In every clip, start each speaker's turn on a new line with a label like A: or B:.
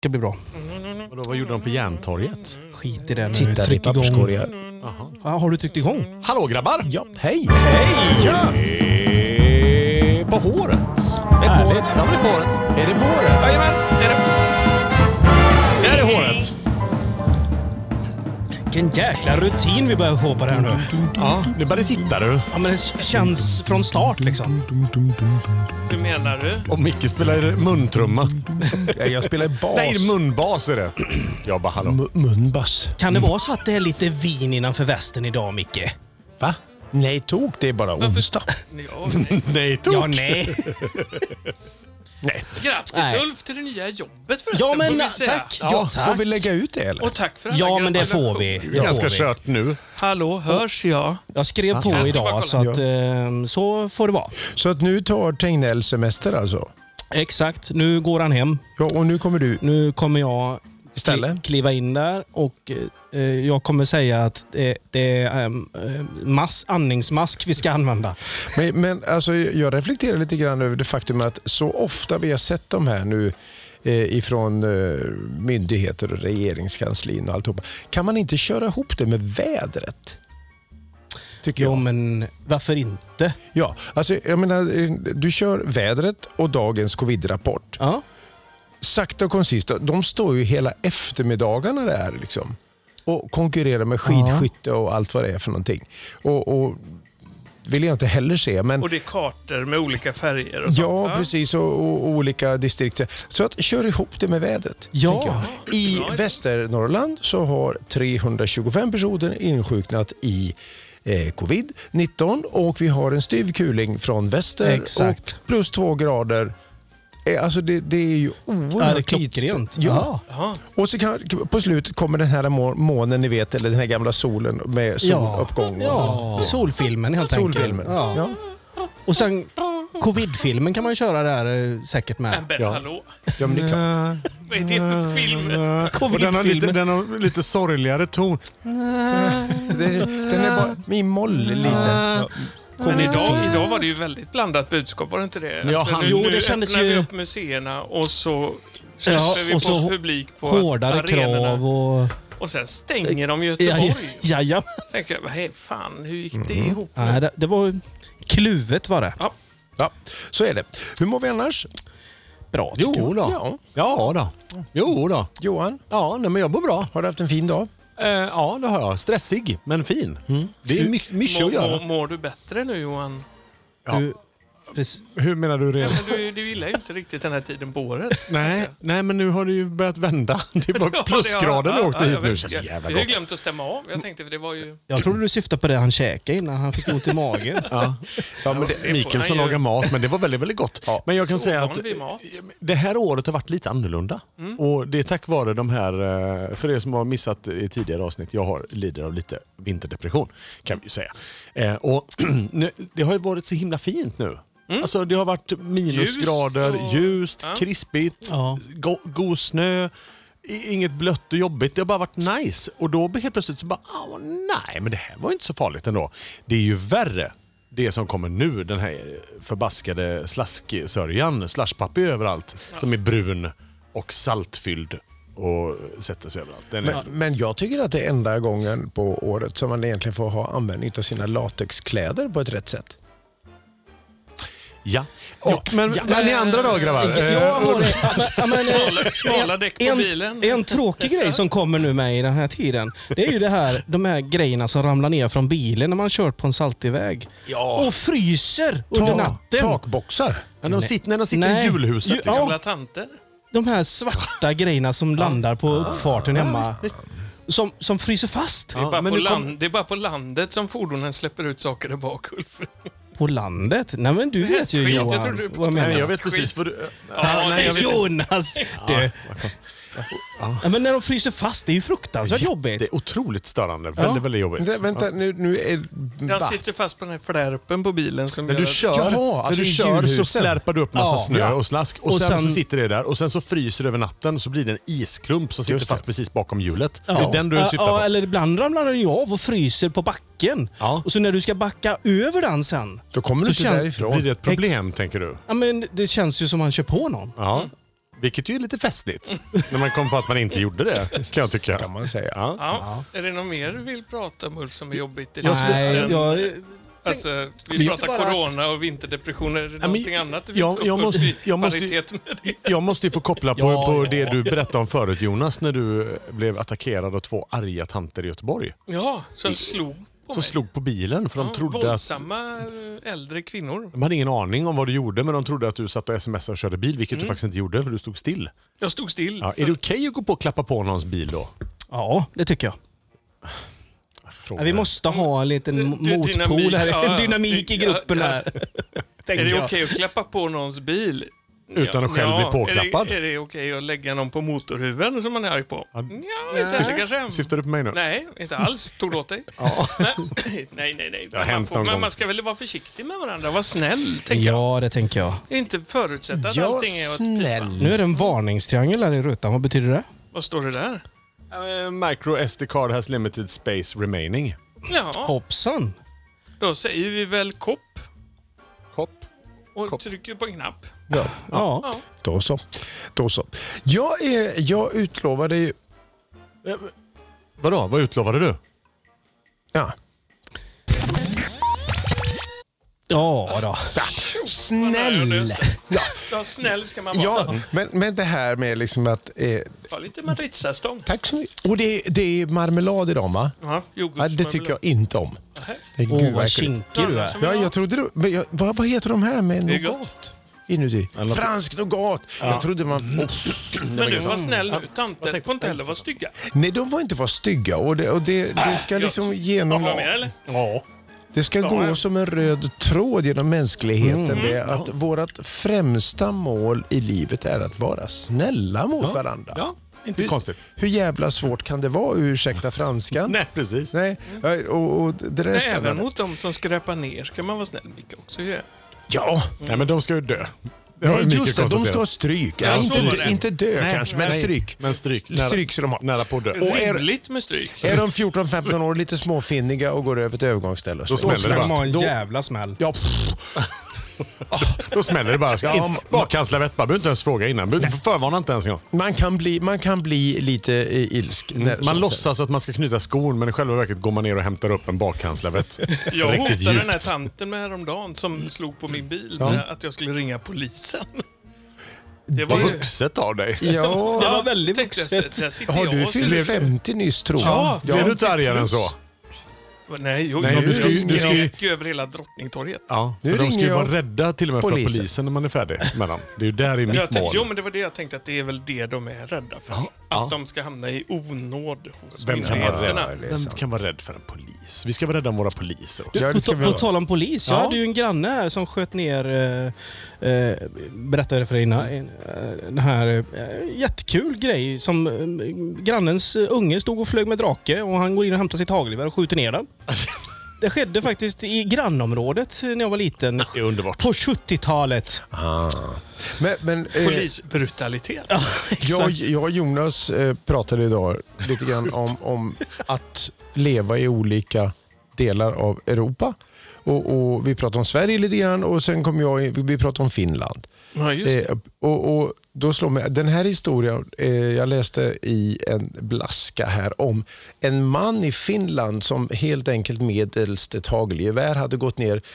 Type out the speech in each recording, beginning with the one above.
A: Det blir bra.
B: Och då, vad gjorde de på Järntorget?
A: Skit i det nu.
C: Tittar i
A: Tryck igång.
C: papperskorgar.
A: Ja, har du tryckt igång?
B: Hallå grabbar!
C: Ja, hej!
B: Hej! Ja! På håret. Är på håret. Ja, men det är på håret.
C: Är det på håret?
B: Jajamän, det är det. Där är håret.
A: Vilken jäkla rutin vi börjar få på det här nu.
B: Ja, det börjar sitta du.
A: Ja, men det känns från start liksom.
D: Hur menar du?
B: Och Micke spelar muntrumma.
C: Ja, jag spelar bas.
B: Nej, munbas är det. Jag bara, hallå.
C: Munbass.
A: Kan det vara så att det är lite vin innanför västen idag, Micke?
C: Va? Nej, tok. Det är bara onsdag.
D: Ja, nej.
B: Nej, tok.
A: Ja, nej.
C: Nej.
D: Grattis
A: Nej.
D: Ulf till det nya jobbet förresten.
A: Ja, men
D: får vi säga.
A: tack.
C: Ja,
A: tack.
C: får vi lägga ut det eller?
D: Och tack för alla
A: Ja, men det får
D: gratulationer.
A: vi.
B: Det är ganska kört nu.
D: Hallå, hörs jag?
A: Jag skrev på
D: Jag ska bara
A: idag så att så får det vara.
C: Så att nu tar Tegnell semester alltså?
A: Exakt. Nu går han hem.
C: Ja, och nu kommer du
A: Nu kommer jag
C: istället?
A: kliva in där och jag kommer säga att det är andningsmask vi ska använda.
C: Men alltså, jag reflekterar lite grann över det faktum att så ofta vi har sett de här nu ifrån myndigheter och regeringskanslin och alltihopa. Kan man inte köra ihop det med vädret? Tycker
A: Jo,
C: jag.
A: men varför inte?
C: Ja, alltså jag menar, du kör vädret och dagens covid-rapport.
A: Ja.
C: Sakta och koncist, de står ju hela eftermiddagarna där liksom. Och konkurrerar med skidskytte och allt vad det är för någonting. Och vill jag inte heller se, men
D: Och det är kartor med olika färger och sånt,
C: ja,
D: va?
C: precis, och olika distrikt. Så att kör ihop det med vädret.
A: Ja.
C: tänker jag. I Västernorrland så har 325 personer insjuknat i covid-19 och vi har en styv kuling från väster.
A: Exakt.
C: Och plus 2 grader. Alltså det är ju oerhört
A: Är det klockrent?
C: Ja.
D: Jaha.
C: Och så på slut kommer den här månen, ni vet, eller den här gamla solen med soluppgång.
A: Ja, solfilmen helt
C: Solfilmen.
A: enkelt.
C: Ja.
A: Och sen covid-filmen kan man köra där säkert med.
D: Men Ben,
C: Ja.
D: hallå?
C: Ja, men det är klart.
D: Vad är det för film?
B: Och den har lite sorgligare ton.
C: Den är bara i moll lite.
D: Men idag var det ju väldigt blandat budskap, var det inte det?
B: Ja,
A: jo, det kändes
D: öppnar vi
A: ju-
D: upp museerna och så släpper vi
A: och så
D: på publik på
A: hårdare
D: arenorna.
A: krav och...
D: Och sen stänger de Göteborg.
A: Ja.
D: Tänker jag, hej fan, hur gick det ihop?
A: Nej, det var kluvet var det.
D: Ja.
C: Ja, så är det. Hur mår vi annars?
A: Bra tycker
B: Jo
A: jag.
B: då.
C: Ja.
B: Ja då. Jo då.
C: Johan,
B: Ja, nej, men jag mår bra.
C: har du haft en fin dag?
B: Ja, det har jag. Stressig, men fin. Det är mycket att göra.
D: Mår du bättre nu, Johan?
A: Du, precis.
B: Hur menar du
D: Ja,
B: rent?
D: men du gillar ju inte riktigt den här tiden på året.
B: Nej, men nu har det ju börjat vända. Det var plusgrader när jag åkte hit nu. Det känns så jävla
D: Jag har ju
B: gott.
D: glömt att stämma av. Jag tänkte, för det var ju...
A: Jag trodde du syftade på det han käkade innan han fick ont i magen.
B: Ja, men Mikael som lagar mat, men det var väldigt, väldigt gott. Men jag kan
D: Så
B: säga
D: van
B: att
D: vid mat.
B: det här året har varit lite annorlunda. Och det är tack vare de här, för er som har missat i tidigare avsnitt, jag lider av lite vinterdepression, kan vi ju säga. Och det har ju varit så himla fint nu. Alltså det har varit minusgrader, ljust, krispigt,
A: Ja.
B: god snö, inget blött och jobbigt. Det har bara varit nice. Och då helt plötsligt så bara, nej, men det här var ju inte så farligt ändå. Det är ju värre det som kommer nu, den här förbaskade slasksörjan, slashpapper överallt, som är brun och saltfylld och sätter sig överallt.
C: Men jag tycker att det är enda gången på året som man egentligen får ha användning av sina latexkläder på ett rätt sätt.
B: Ja. Men ni andra då, grabbar?
D: Smala däck på bilen.
A: En tråkig grej som kommer nu med i den här tiden, det är ju de här grejerna som ramlar ner från bilen när man kört på en saltig väg. Och fryser under natten.
C: Takboxar.
B: När de sitter i
A: Nej.
B: julhuset.
A: Ja.
D: Gamla tanter.
A: De här svarta grejerna som landar på uppfarten hemma.
B: Visst.
A: Som fryser fast.
D: Det är, bara
B: men
D: på
B: nu kom-
D: det är bara på landet som fordonen släpper ut saker där bak, Ulf.
A: På landet? Nej men du vet ju
D: Hästskit, jag
A: Johan.
D: trodde du
A: vad jag
D: pratade
A: menar.
B: Jag vet precis vad du...
D: Ja,
B: nej, jag vet.
A: Jonas! Du. Ja, men när de fryser fast, det är ju fruktansvärt jobbigt.
B: Det är otroligt störande. Väldigt, väldigt jobbigt.
C: Vänta, nu är...
D: Jag sitter fast på den här flärpen på bilen som
B: När
D: gör
B: du
D: att-
B: kör,
C: Jaha, alltså
B: när du
C: i
B: kör så
C: julhusen.
B: flärpar du upp massa
A: Ja.
B: snö och slask. Och sen så sitter det där och sen så fryser det över natten och så blir det en isklump som sitter
C: Just det.
B: fast precis bakom hjulet. Det är den du syftar
A: Ja,
B: på.
A: eller ibland ramlar den ju av och fryser på backen.
B: Ja.
A: Och så när du ska backa över den sen.
C: Då kommer du
A: så
C: inte
A: kän-
C: därifrån.
B: Blir det ett problem, tänker du?
A: Ja, men det känns ju som man kör på någon.
B: Ja. Vilket ju är lite festligt. När man kommer på att man inte gjorde det, kan jag tycka.
C: Kan man säga.
D: Ja. Är det något mer du vill prata om, Ulf, som är jobbigt? Vi pratar corona och vinterdepressioner. Är det någonting annat du vill
B: jag måste ju få koppla på det du berättade om förut, Jonas, när du blev attackerad av 2 arga tanter i Göteborg.
D: Ja, som slog
B: på bilen för de trodde
D: våldsamma äldre kvinnor.
B: De hade ingen aning om vad du gjorde, men de trodde att du satt och smsade och körde bil, vilket du faktiskt inte gjorde, för du stod still.
D: Jag stod still.
B: Ja, är det okej att gå på och klappa på någons bil då?
A: Ja, det tycker jag. Vi måste ha en liten motpol här, dynamik i gruppen här.
D: Är det okej att klappa på någons bil?
B: Utan att själv bli påklappad?
D: Är det okej att lägga någon på motorhuven som man är arg på?
B: Syftar du på mig nu?
D: Nej, inte alls. Tog åt dig. Nej. Man ska väl vara försiktig med varandra. Vara snäll, tänker jag.
A: Ja, det tänker jag.
D: Inte förutsätta att allting är
C: snäll.
A: Nu är det en varningstriangel här i rutan. Vad betyder det?
D: Vad står det där?
B: Micro SD card has limited space remaining.
D: Ja.
A: Hoppsan.
D: Då säger vi väl kopp. Och
B: Kopp.
D: trycker på en knapp.
A: Ja.
C: Då så. Jag utlovade ju...
B: Vadå? Vad utlovade du?
C: Ja.
A: Ja då.
C: Snäll!
D: Ja, snäll ska man vara.
C: Ja, men det här med liksom att...
D: Ta lite Maritza-stång.
C: Tack så mycket. Och det är marmelad i dem, va?
D: Ja,
C: Det tycker jag inte om. Det är
A: Åh,
C: gud
A: vad
C: äckligt.
A: kinkig du är.
C: Ja, jag trodde du... Men vad heter de här med
D: Det är
C: nougat inuti? Fransk nougat. Jag trodde man...
D: Men du var snäll nu. Tanter får inte heller vara stygga.
C: Nej, de får inte vara stygga. Och det ska liksom genom...
D: Har du med, eller?
B: Ja.
C: Det ska gå som en röd tråd genom mänskligheten. Det är att vårt främsta mål i livet är att vara snälla mot varandra.
B: Ja, inte konstigt.
C: Hur jävla svårt kan det vara? Ursäkta franskan?
B: Nej, precis.
C: Nej, och det där är
D: Även
C: spännande.
D: mot dem som skräpar ner ska man vara snäll, Micke, också.
C: Ja,
B: Nej, men de ska ju dö.
C: nej, just det. De ska ha stryk.
D: Ja, så var det.
C: Inte dö kanske, men stryk.
B: Men stryk.
C: Stryk så de har.
B: Nära på att dö.
D: Rimligt med stryk.
C: Är de 14-15 år lite småfinniga och går över ett övergångsställe?
B: Då smäller det
A: Ska man
B: bara.
A: ha en jävla smäll.
C: Ja,
B: Då smäller det bara. Bara kansla vett. Man behöver inte ens fråga innan. Du får förvarna inte ens en gång.
C: man kan bli lite ilsk.
B: Man låtsas att man ska knyta skon, men i själva verket går man ner och hämtar upp en bakkanslavett.
D: Jag
B: Riktigt
D: hotade den här
B: djupt.
D: tanten med häromdagen som slog på min bil med att jag skulle ringa polisen. Det var ju...
B: Vuxet av dig.
C: Ja,
A: Det var väldigt
D: tänkte
A: vuxet.
D: där sitter
C: har
D: jag
C: du
D: och
C: fyllt
D: ser-
C: 50 nyss, tror jag?
D: Ja,
B: Blir du inte argare än så?
D: Nej,
B: du ska ju-
D: jag gick över hela Drottningtorget.
B: Ja,
C: Nu
B: för de ska ju
C: ringer
B: vara
C: jag
B: rädda till och med för
C: polisen.
B: polisen när man är färdig med dem. Det är ju där i mitt
D: Jag tänkte,
B: mål.
D: jo, men det var det jag tänkte, att det är väl det de är rädda för. Att de ska hamna i onåd hos
B: Vem kan, vara
D: myndigheterna.
B: rädd? Vem kan vara rädd för en polis? Vi ska vara rädda om våra poliser också.
C: Ja, det ska vi
A: På
C: vara.
A: tal om polis, jag hade ju en granne här som sköt ner, berättade jag för dig innan, den här jättekul grej som grannens unge stod och flög med drake och han går in och hämtar sitt hagelgevär och skjuter ner den. Det skedde faktiskt i grannområdet när jag var liten.
B: Det är underbart.
A: På 70-talet.
C: Men,
D: Polisbrutalitet.
C: jag och Jonas pratade idag lite grann om att leva i olika delar av Europa. Och vi pratade om Sverige lite grann och sen vi pratade om Finland.
D: Ja, just det.
C: Och då slår mig den här historien, jag läste i en blaska här om en man i Finland som helt enkelt medelst ett hagelgevär hade gått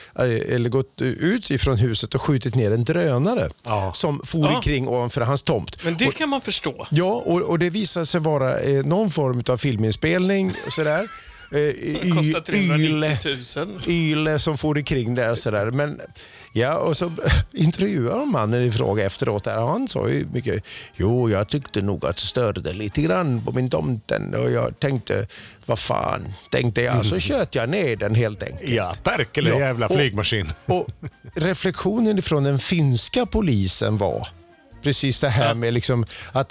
C: ut ifrån huset och skjutit ner en drönare som for omkring ovanför hans tomt.
D: Men det kan man förstå.
C: Ja, och det visade sig vara någon form av filminspelning och sådär.
D: Kostar 390 000.
C: Yle som for kring där och sådär. Men ja, och så intervjuade mannen i fråga efteråt där. Han sa ju mycket, jag tyckte nog att det störde lite grann på min tomten och jag tänkte, vad fan tänkte jag, så sköt jag ner den helt enkelt.
B: Ja, Perkele jävla flygmaskin.
C: Och reflektionen från den finska polisen var precis det här med liksom att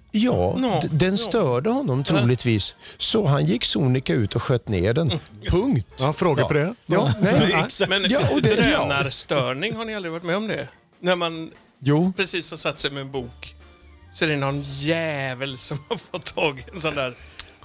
C: den störde honom troligtvis. Så han gick sonika ut och sköt ner den. Punkt.
B: Ja, fråga på det.
C: Ja, nej.
D: Men drönarstörning, har ni aldrig varit med om det? När man precis har satt sig med en bok så är det någon jävel som har fått tag i en sån där...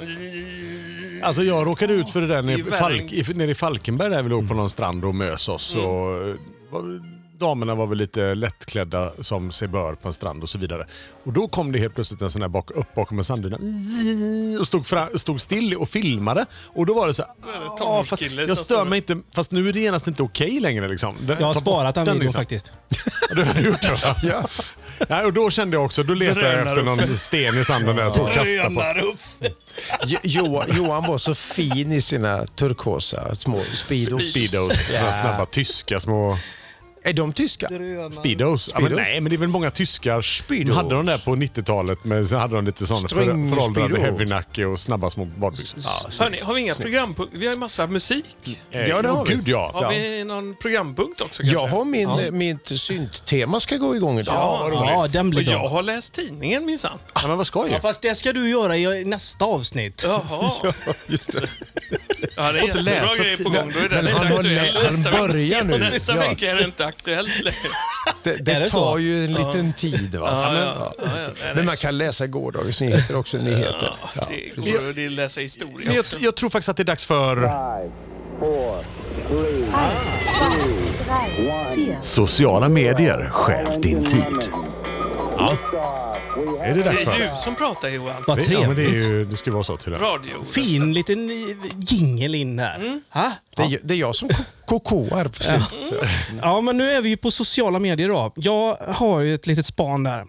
B: Alltså jag råkade ut för det där
D: I
B: nere i Falkenberg där vi låg på någon strand och mös oss. Och damerna var väl lite lättklädda som sig bör på en strand och så vidare. Och då kom det helt plötsligt en sån här upp bakom en sanddyna och stod still och filmade. Och då var det så här, fast jag stör mig inte, fast nu är det genast inte okej längre liksom.
A: Jag har sparat den videon faktiskt.
B: Du har gjort det, ja. Ja, och då kände jag också, då letade jag efter någon sten i sanden där som kastade på.
C: Johan var så fin i sina turkosa små speedos.
B: Snabba tyska små...
C: Är de tyska?
B: Speedos? Ja, men nej, men det är väl många tyskar som hade de där på 90-talet, men så hade de lite sådana föråldrade heavy-nacke och snabba små badbyxor.
D: Hörrni, har vi inga programpunkter? Vi har ju massa musik.
C: Ja, det har vi.
B: Gud, ja.
D: Har vi någon programpunkt också kanske?
C: Jag har mitt synttema ska gå igång idag.
A: Ja, den blir
D: Och jag
A: bra.
D: har läst tidningen minsann.
B: Ja, men vad ska
A: Ja,
B: jag?
A: fast det ska du göra i nästa avsnitt.
D: Jaha.
C: Just det.
D: Ja, det är jättebra
B: läsa
D: grejer på gång. Då är den
C: Men
D: inte
C: han
D: aktuell.
C: börjar nu.
D: Nästa vecka är det inte aktuellt längre.
C: Det tar ju en liten tid. Va? Men man kan läsa gårdagens nyheter också. Nyheter. Ja,
D: det går att läsa historia
B: Men
D: också.
B: jag tror faktiskt att det är dags för...
E: 4.
F: Sociala medier stjäl din tid.
B: Är det dags
D: Det är
B: för?
D: du som pratar, Johan.
A: Vad
B: Ja, men
A: trevligt.
B: det ska vara så till det.
D: Radio.
A: Fin liten jingel in här. Ha?
C: Det är jag som kokoar på slutet.
A: Ja, men nu är vi ju på sociala medier då. Jag har ju ett litet span där.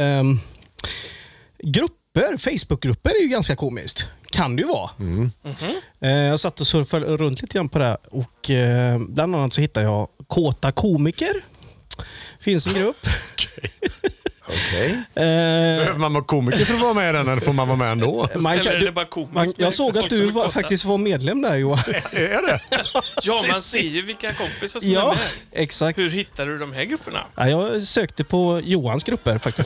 A: Facebookgrupper är ju ganska komiskt. Kan det ju vara. Jag satt och surfade runt lite grann på det och bland annat så hittade jag Kåta komiker. Finns en grupp.
C: Okej.
B: Behöver man vara komiker för att vara med i den, eller får man vara med ändå?
D: Eller är det bara komiskt?
A: Jag såg att du faktiskt var medlem där, Johan.
B: Är det?
D: Ja, man ser ju vilka kompisar som är
A: Ja,
D: med.
A: exakt.
D: Hur hittar du de här grupperna?
A: Ja, jag sökte på Johans grupper faktiskt.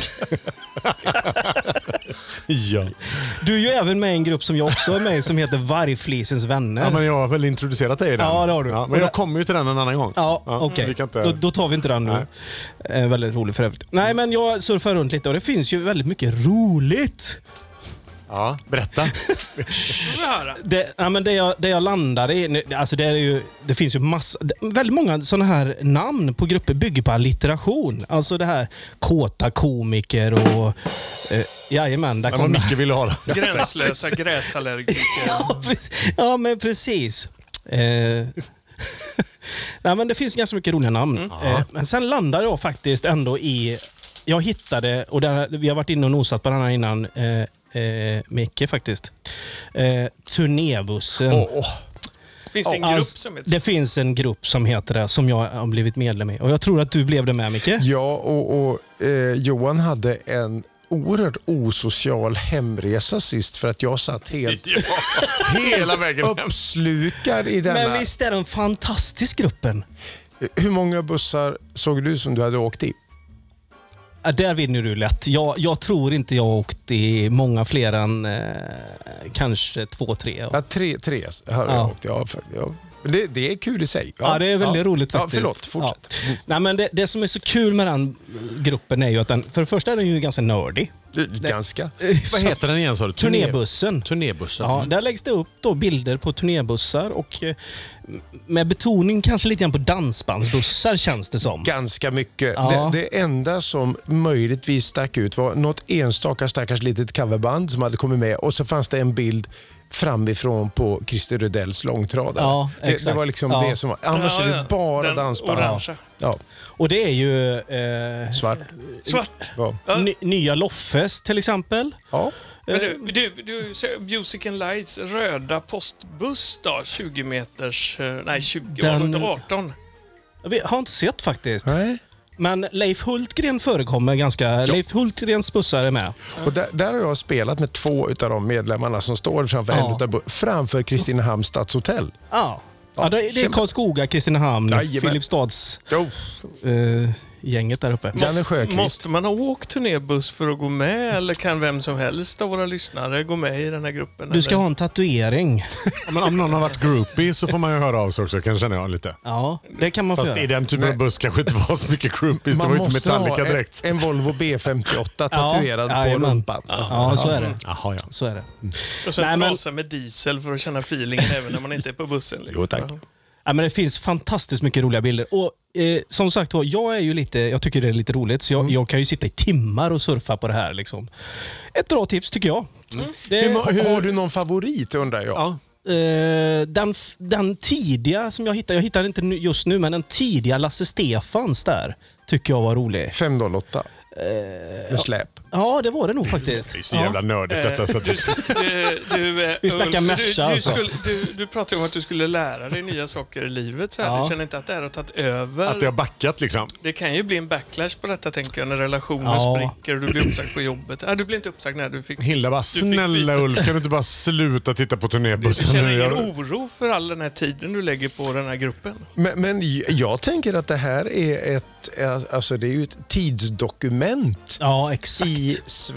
B: Ja.
A: Du är ju även med i en grupp som jag också är med i som heter Vargflisens vänner.
B: Ja, men jag har väl introducerat dig i den.
A: Ja, det har du.
B: Ja, men jag kommer ju till den en annan gång.
A: Ja, okej.
B: Vi kan inte...
A: Då tar vi inte den nu. Väldigt roligt för övrigt. Nej, men jag surfar runt lite och det finns ju väldigt mycket roligt.
B: Ja, berätta.
A: Det jag landade i, alltså det finns ju väldigt många sådana här namn på grupper bygger på allitteration. Alltså det här kåta komiker och jajamän. Där
B: Vad mycket vill du ha det.
D: Gränslösa gräsallergiker.
A: Ja, men precis. Nej, men det finns ganska mycket roliga namn. Men sen landade jag faktiskt ändå i... Jag hittade, och vi har varit inne och nosat på den här innan, Micke faktiskt. Turnébussen.
D: Finns det en grupp som heter så?
A: Det finns en grupp som heter det, som jag har blivit medlem i. Och jag tror att du blev det med, Micke.
C: Ja, och Johan hade en oerhört osocial hemresa sist för att jag satt helt
B: Hela vägen hem.
C: uppslukad i denna.
A: Men visst är den fantastisk, gruppen?
C: Hur många bussar såg du som du hade åkt i?
A: Ja, där vinner du lätt. Jag tror inte jag åkt i många fler än kanske 2-3.
C: Ja, tre har jag åkt. Ja. Men det är kul i sig.
A: Ja, det är väldigt roligt faktiskt.
C: Ja, förlåt, fortsätt.
A: Ja. Nej, men det som är så kul med den gruppen är ju att för det första är den ju ganska nördig.
C: Ganska.
B: Vad heter den igen, sa du?
A: Turnébussen.
B: Turnébussen.
A: Ja, där läggs det upp då bilder på turnébussar och med betoning kanske lite grann på dansbandsbussar känns det som.
C: Ganska mycket.
A: Ja.
C: Det enda som möjligtvis stack ut var något enstaka stackars litet coverband som hade kommit med och så fanns det en bild framifrån på Christer Rudells långtradare.
A: Ja,
C: det
A: exakt.
C: var liksom
A: Ja.
C: det som var. Annars är det bara
D: Den
C: dansband.
D: orangea.
C: Ja.
A: Och det är ju
C: Svart.
D: Svart.
C: Ja.
A: nya Loffes till exempel.
C: Ja.
D: Men du Music and Lights röda postbuss då, 20 meters, nej 20,
A: Den-
D: 18.
A: Jag har inte sett faktiskt.
C: Nej.
A: Men Leif Hultgren förekommer ganska... Leif Hultgrens bussar är med.
C: Och där har jag spelat med 2 av de medlemmarna som står framför framför Kristinehamns stadshotell.
A: Ja. Ja, det är Karlskoga, Kristinehamn,
C: Jajamän.
A: Filipstads
C: Jo.
A: gänget där uppe.
C: Den är Sjökvist.
D: Måste man ha åkt turnébuss för att gå med eller kan vem som helst av våra lyssnare gå med i den här gruppen?
A: Du ska
D: eller?
A: ha en tatuering.
B: Ja, men om någon har varit groupie så får man ju höra av sig också, kan känna jag lite.
A: Ja, det kan man få
B: Fast i
A: göra.
B: den typen av buss kanske inte var så mycket groupies. Det var ju inte Metallica direkt.
C: en Volvo B58 tatuerad på
A: jajamän.
C: rumpan.
A: Ja, så är det.
B: Jaha, ja.
A: Så är det.
D: Och sen
A: Nej, men-
D: trasa med diesel för att känna feelingen även när man inte är på bussen. Liksom.
C: Jo, tack.
A: Ja, men det finns fantastiskt mycket roliga bilder. Och som sagt, jag tycker det är lite roligt, så jag kan ju sitta i timmar och surfa på det här. Liksom. Ett bra tips tycker jag.
C: Har du någon favorit, undrar jag?
B: Ja.
A: Den tidiga som jag hittade inte just nu, men den tidiga Lasse Stefans där tycker jag var rolig.
C: 508 med släp.
A: Ja, det var det nog faktiskt.
B: Det är så jävla nördigt detta. Så att...
A: Vi snackar mesha alltså.
D: Du pratade om att du skulle lära dig nya saker i livet. Så här.
A: Ja.
D: Du känner inte att det här har tagit över?
B: Att det har backat liksom.
D: Det kan ju bli en backlash på detta, tänker jag, när relationer spricker och du blir uppsagd på jobbet. Du blir inte uppsagd när du fick...
B: Hilda bara, snälla Ulf, kan du inte bara sluta titta på turnébussen?
D: Du känner ingen oro för all den här tiden du lägger på den här gruppen?
C: Men jag tänker att det här är det är ju ett tidsdokument i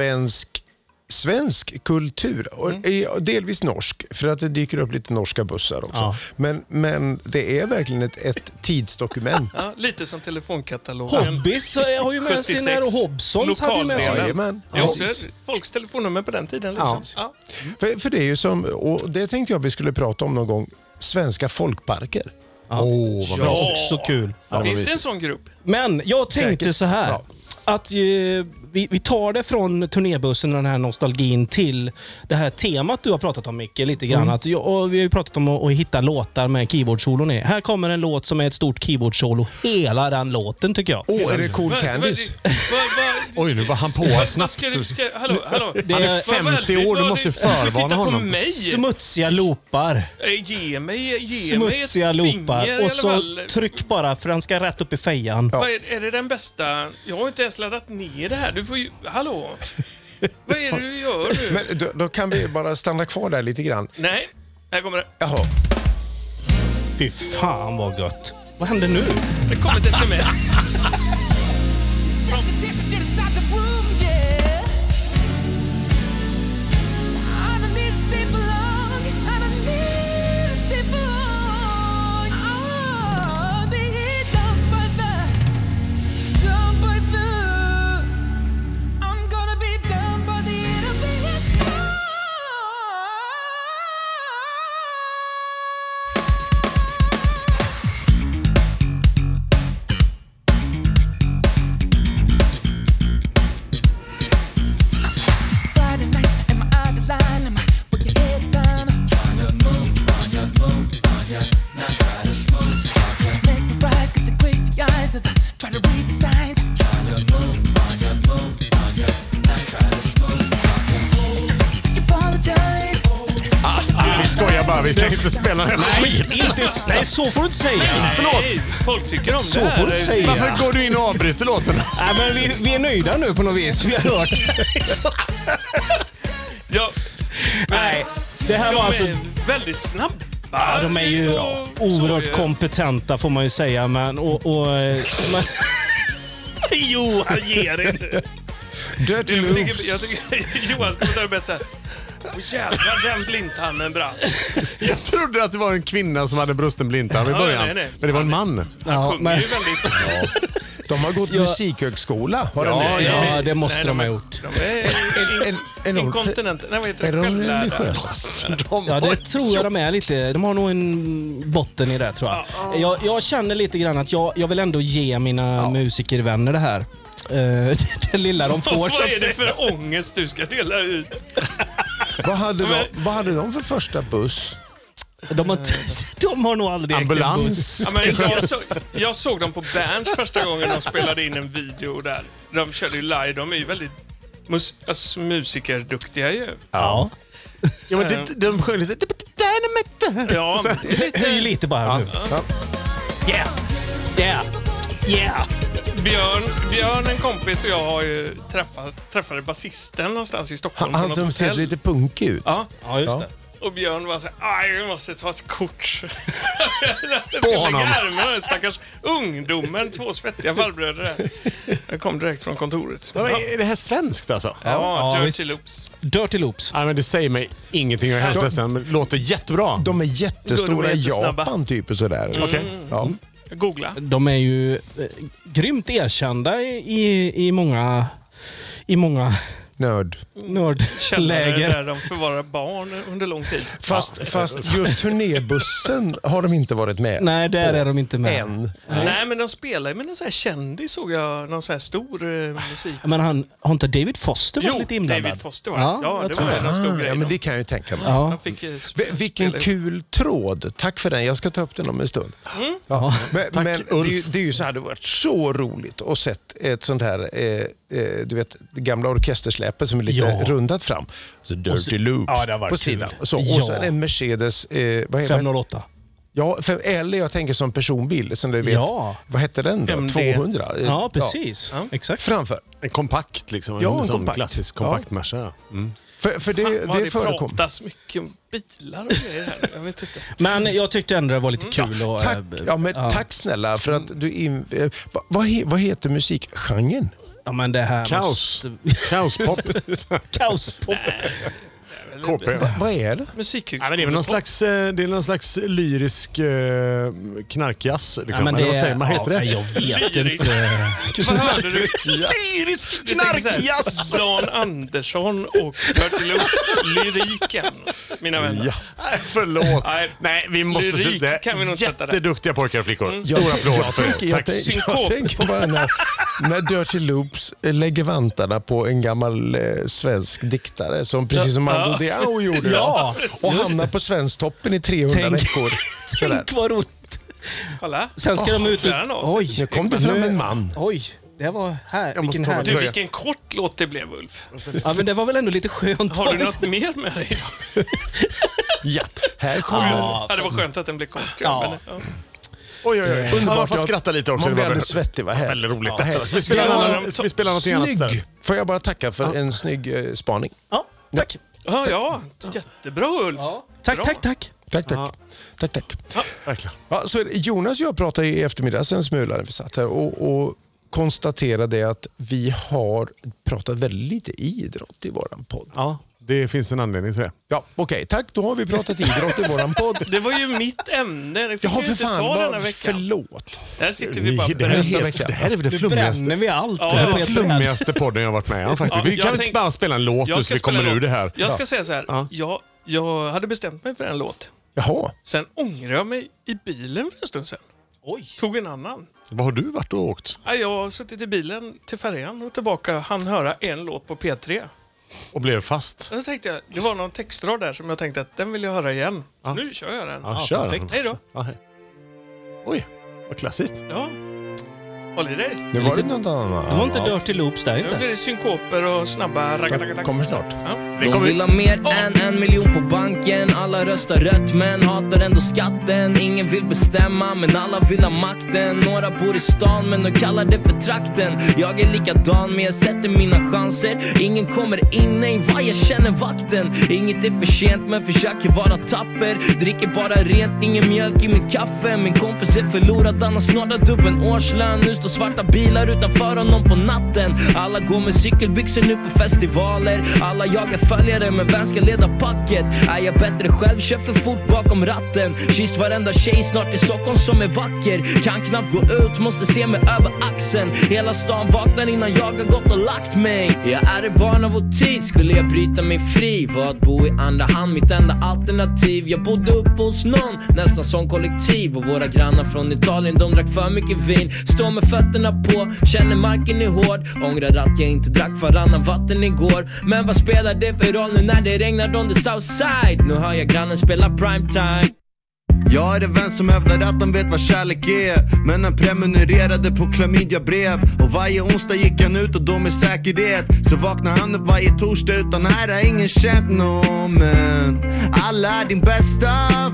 C: svensk kultur. Och delvis norsk, för att det dyker upp lite norska bussar också. Ja. Men det är verkligen ett tidsdokument.
D: Ja, lite som telefonkatalogen.
A: Hobbys har ju med sig när Hobsons hade ju med sig.
D: Folks telefonnummer på den tiden. Liksom.
C: Ja. För det är ju som, och det tänkte jag vi skulle prata om någon gång, svenska folkparker.
A: Vad bra. Så kul.
D: Finns det en sån grupp?
A: Men jag tänkte så här. Att vi tar det från turnébussen och den här nostalgin till det här temat du har pratat om, Micke, lite grann. Att vi har ju pratat om att hitta låtar med keyboard-solon i. Här kommer en låt som är ett stort keyboard-solo. Hela den låten tycker jag.
C: Är det Cool Candies?
B: Oj, nu var han på snabbt.
D: Hallå.
B: Han är 50 år, du måste förvarna honom.
A: Smutsiga loopar.
D: Ge mig
A: Smutsiga
D: ett
A: loopar.
D: finger,
A: Och så tryck bara, för den ska rätt upp i fejan.
D: Är det den bästa? Jag har inte ens laddat ner det här. Du får ju... Hallå? Vad är det du gör nu?
C: Men då kan vi bara stanna kvar där lite grann.
D: Nej, här kommer det.
C: Jaha.
A: Fy fan vad gött. Vad händer nu?
D: Det kommer ett sms.
B: Vi kan inte spela den här skiten.
A: Nej, så får du inte säga.
B: Förlåt.
D: Folk tycker om
A: Så
D: det här.
A: får du inte säga.
B: Varför går du in och avbryter låten?
A: Nej, men vi är nöjda nu på något vis. Vi har hört. Nej, det här var alltså...
D: De är väldigt snabba.
A: Ja, de är ju oerhört kompetenta får man ju säga. Men... Jo, han ger inte.
C: Dirty Loops.
D: Jag tycker Johan skulle ta det bättre. Jävlar, den blindtarmen brast.
B: Jag trodde att det var en kvinna som hade brusten blindtarm i början. Nej. Men det var en man.
D: Han sjunger ju väldigt...
C: De har gått musikhögskola.
A: Ja, det måste de ha gjort.
D: De är inkontinenter. Nej, vad heter det?
C: Är de religiösa?
A: Ja, det tror jag de är lite. De har nog en botten i det, tror jag. Jag känner lite grann att jag vill ändå ge mina musikervänner det här. Det lilla de får.
D: Vad är det för ångest du ska dela ut?
C: Vad hade de för första buss?
A: De har nog aldrig
B: ambulans.
D: Ja, men jag såg dem på Berns första gången de spelade in en video där. De körde ju live. De är ju väldigt musikerduktiga ju.
A: Ja.
B: Ja, men de sjöng lite...
D: Ja,
A: höj lite bara nu. Yeah.
D: Björn, en kompis och jag har ju träffade basisten någonstans i Stockholm.
C: Han som ser lite punkig ut.
D: Ja,
A: just det.
D: Och Björn var så här, jag måste ta ett kort. Jag ska lägga armen den stackars ungdomen, 2 svettiga farbröder där. Jag kom direkt från kontoret.
B: Ja, är det här svenskt alltså?
D: Ja, Dirty Loops.
A: Dirty Loops.
B: Ja, men det säger mig ingenting. Jag är hemskt ledsen, men det låter jättebra.
C: De är jättestora i Japan typ och sådär.
B: Okej.
C: Ja.
D: Googla.
A: De är ju grymt erkända i många Nördläger
D: där de förvarar barn under lång tid.
C: Fast just turnébussen har de inte varit med.
A: Nej, där är de inte med.
C: Än.
D: Nej, men de spelar med en sån här kändis, såg jag, någon sån här stor musik.
A: Men har inte David Foster varit lite inblandad?
D: David Foster var det. Ja, det var en stor grej.
C: Ja, men det kan jag ju tänka mig.
A: Ja.
D: Han fick,
C: Vilken kul tråd. Tack för den. Jag ska ta upp den om en stund. Ja. Men det är ju så här, det har varit så roligt att sett ett sånt här du vet, det gamla orkestersläpet som är lite rundat fram. Så Dirty Loops på sidan. Och så en Mercedes
A: 508.
C: Ja, eller jag tänker som personbil. Som du vet, vad hette den då? 200?
A: Ja, precis. Ja. Exakt.
C: Framför.
B: En kompakt liksom.
C: Ja,
B: en sån
C: kompakt.
B: klassisk kompakt Merca. Ja.
C: För det förekom.
D: Det pratas mycket om bilar och grejer här. Jag vet inte.
A: Men jag tyckte ändå det var lite kul. Och,
C: tack snälla för att du... Vad heter musikgenren?
A: Ja, men det här...
B: Kaospop.
A: Kaospop.
B: KP.
C: Vad är det?
D: Musikhus.
B: Ja, men det är någon slags lyrisk knarkjazz. Liksom.
A: Ja, men
B: eller vad säger man? Heter det?
A: Jag vet
D: Lyrisk.
A: inte.
D: Vad hörde du?
A: Lyrisk knarkjazz!
D: Dan Andersson och Dirty Loops. Lyriken, mina vänner.
B: Ja. Nej, förlåt. Nej, vi måste
D: Lyrik
B: sluta.
D: kan vi nog sätta där.
B: Jätteduktiga pojkar och flickor. Stora applåd för er. Tack.
C: Jag tänker bara när Dirty Loops lägger vantarna på en gammal svensk diktare som precis som Mando Diao gjorde.
A: Ja,
C: och hamnar på Svensktoppen i 300 veckor.
A: Tänk vad roligt.
D: Kolla.
A: Sen ska de ut...
C: Oj, nu kom det fram en man.
A: Oj, det var här. Vilken
B: ta
A: här.
D: Du, vilken kort låt det blev, Ulf.
A: Ja, men det var väl ändå lite skönt.
D: Har du något mer med dig?
C: Ja, här kommer
D: Ja, det var skönt att den blev kort.
A: Ja.
D: Men,
B: Oj.
C: Underbart.
B: Man får skratta lite också.
C: Man blir alldeles svettig. Vad här.
B: Väldigt roligt.
C: Ja,
B: Ska vi spela något annat istället?
C: Snygg. Får jag bara tacka för en snygg spaning.
A: Ja, tack.
D: Ja, jättebra, Ulf.
A: Ja.
D: Bra.
A: Tack.
C: Tack.
B: Verkligen.
C: Ja, så Jonas och jag pratade i eftermiddags en smula när vi satt här och konstaterade att vi har pratat väldigt lite idrott i våran podd.
B: Ja, det finns en anledning till det.
C: Ja, okej. Tack, då har vi pratat idrott i våran podd.
D: Det var ju mitt ämne. Det fick
C: Ja,
D: vi
C: för
D: inte
C: fan,
D: ta denna veckan.
C: förlåt.
D: Där sitter vi bara
B: Det här är det
A: Nu
B: flummigaste.
A: bränner vi allt.
D: Ja,
B: Det här är
A: på
B: den
A: ett bräde.
B: flummigaste podden jag har varit med om faktiskt. Vi kan inte bara spela en låt nu så vi kommer ur det här.
D: Jag ska säga så här. Jag hade bestämt mig för en låt.
C: Jaha.
D: Sen ångrade jag mig i bilen för en stund sen.
A: Oj.
D: Tog en annan.
B: Vad har du varit och åkt?
D: Jag har suttit i bilen till färjan och tillbaka. Han höra en låt på P3.
B: Och blev fast?
D: Så tänkte jag, det var någon textrad där som jag tänkte att den vill jag höra igen.
B: Ja.
D: Nu kör jag den.
B: Ja, kör.
D: Perfekt. Hej då.
B: Ja, hej. Oj, vad klassiskt.
D: Ja. Håll i dig.
C: Nu var det något annat.
A: Det var inte Dirty Loops där
D: Nu
A: inte.
D: blir det synkoper och snabba raggadaggadag.
C: Kommer snart.
E: De vill ha mer än 1 miljon på banken. Alla röstar rött men hatar ändå skatten. Ingen vill bestämma men alla vill ha makten. Några bor i stan men de kallar det för trakten. Jag är likadan men jag sätter mina chanser. Ingen kommer in, nej vad jag känner vakten. Inget är för sent men försöker vara tapper. Dricker bara rent, ingen mjölk i mitt kaffe. Min kompis är förlorad, han har snart upp en årslön. Nu står svarta bilar utanför honom på natten. Alla går med cykelbyxor nu på festivaler. Alla jagar följare men vem ska leda packet? Är jag bättre själv, kör för fort bakom ratten. Kysst varenda tjej snart i Stockholm som är vacker. Kan knappt gå ut, måste se mig över axeln. Hela stan vaknar innan jag har gått och lagt mig. Jag är ett barn av vår tid, skulle jag bryta mig fri. Var att bo i andra hand, mitt enda alternativ. Jag bodde upp hos någon, nästan som kollektiv. Och våra grannar från Italien, de drack för mycket vin. Står med fötterna på, känner marken är hård. Ångrar att jag inte drack varannan vatten igår. Men vad spelar det för roll nu när det regnar on the south side? Nu hör jag grannen spela primetime.
G: Jag är en vän som hävdade att de vet vad kärlek är, men han prenumererade på klamydia-brev. Och varje onsdag gick han ut och då med säkerhet. Så vaknar han upp varje torsdag utan här har ingen känt någon. Men alla är din bästa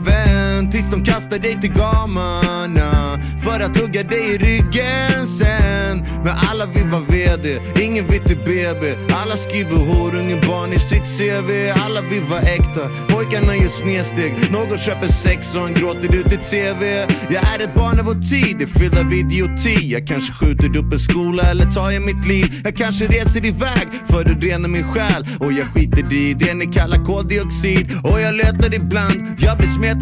G: vän tills de kastar dig till gamarna för att hugga dig i ryggen sen. Men alla vill vara vd, ingen vill till BB. Alla skriver horungen barn i sitt CV. Alla vill vara äkta, pojkarna gör snedsteg. Någon köper sex och han gråter ut i TV. Jag är ett barn av vår tid, det är fylld av idioti. Jag kanske skjuter upp en skola eller tar jag mitt liv. Jag kanske reser iväg för att rena min själ. Och jag skiter i det ni kallar koldioxid. Och jag letar ibland, jag blir smetad ibland.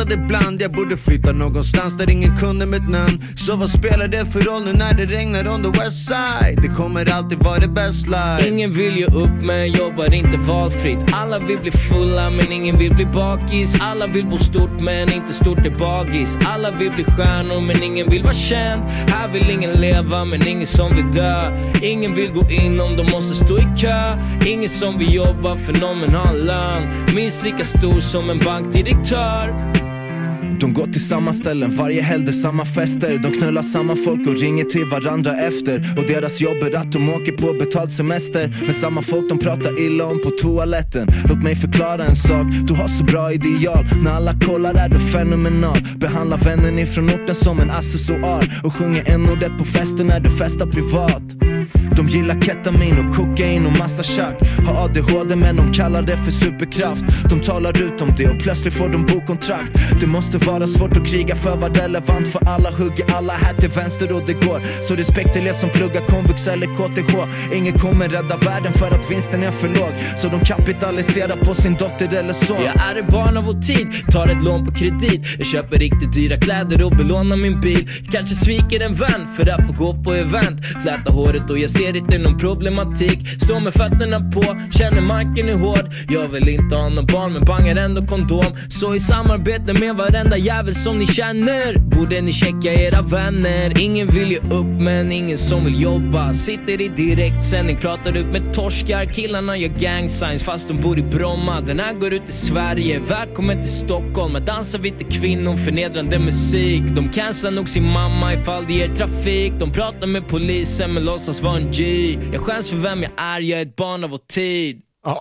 G: land. Jag borde flytta någonstans där ingen kunde mitt namn. Så vad spelar det för roll nu när det regnar on the west side? Det kommer alltid vara det best life.
E: Ingen vill ge upp men jobbar inte valfritt. Alla vill bli fulla men ingen vill bli bakis. Alla vill bo stort men inte stort är bagis. Alla vill bli stjärnor men ingen vill vara känd. Här vill ingen leva men ingen som vill dö. Ingen vill gå in om de måste stå i kö. Ingen som vill jobba för någon men har en lön minst lika stor som en bankdirektör.
G: De går till samma ställen, varje helg samma fester. De knullar samma folk och ringer till varandra efter. Och deras jobb är att de åker på betald semester. Men samma folk de pratar illa om på toaletten. Låt mig förklara en sak, du har så bra ideal. När alla kollar är du fenomenal. Behandla vännen ifrån orten som en accessoar. Och sjunger en ordet på festen när du festar privat. De gillar ketamin och kokain och massa tjack. Har ADHD men de kallar det för superkraft. De talar ut om det och plötsligt får de bokontrakt. Det måste vara svårt att kriga för vad relevant. För alla hugger alla här till vänster och det går. Så respekt till er som pluggar komvux eller KTH. Ingen kommer rädda världen för att vinsten är för låg. Så de kapitaliserar på sin dotter eller så.
E: Jag är ett barn av vår tid, tar ett lån på kredit. Jag köper riktigt dyra kläder och belånar min bil. Kanske sviker en vän för att få gå på event. Fläta håret och jag ser inte någon problematik. Står med fötterna på, känner marken är hård. Jag vill inte ha någon barn men bangar ändå kondom. Så i samarbete med varenda jävel som ni känner borde ni checka era vänner. Ingen vill ge upp men ingen som vill jobba. Sitter i direktsändning, pratar ut med torskar. Killarna gör gang signs fast de bor i Bromma. Den här går ut i Sverige, välkommen till Stockholm. Att dansa vid till kvinnor, förnedrande musik. De cancelar nog sin mamma ifall det ger trafik. De pratar med polisen men låtsas vara en G. Jag skäms för vem jag är ett barn av vår tid.
B: Ja,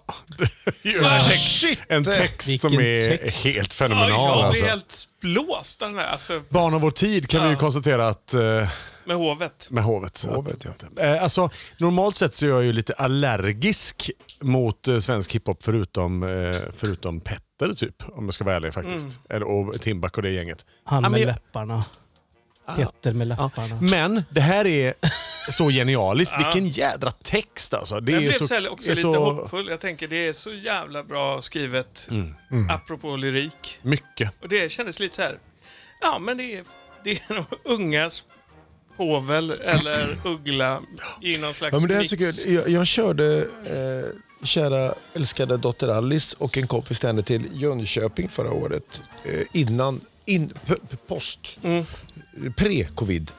B: en text som är helt fenomenal.
D: Jag
B: alltså.
D: blir helt blåst den här. Alltså,
B: Barn av vår tid kan vi ju konstatera att...
D: med hovet.
B: Med hovet.
C: Hovet, ja.
B: Alltså, normalt sett så är jag ju lite allergisk mot svensk hiphop förutom Petter typ, om jag ska vara ärlig faktiskt. Och Timbuk och det gänget.
A: Han med läpparna. Petter med läpparna.
B: Men det här är så genialiskt. Vilken jädra text alltså. Det
D: jag
B: är
D: blev
B: så,
D: också lite hoppfull. Jag tänker det är så jävla bra skrivet apropå lyrik.
B: Mycket.
D: Och det kändes lite så här. Ja, men det är de ungas hovel eller uggla i någon slags
C: men det här
D: mix.
C: så kul. Jag körde kära älskade dotter Alice och en kompis henne till Jönköping förra året post pre-covid.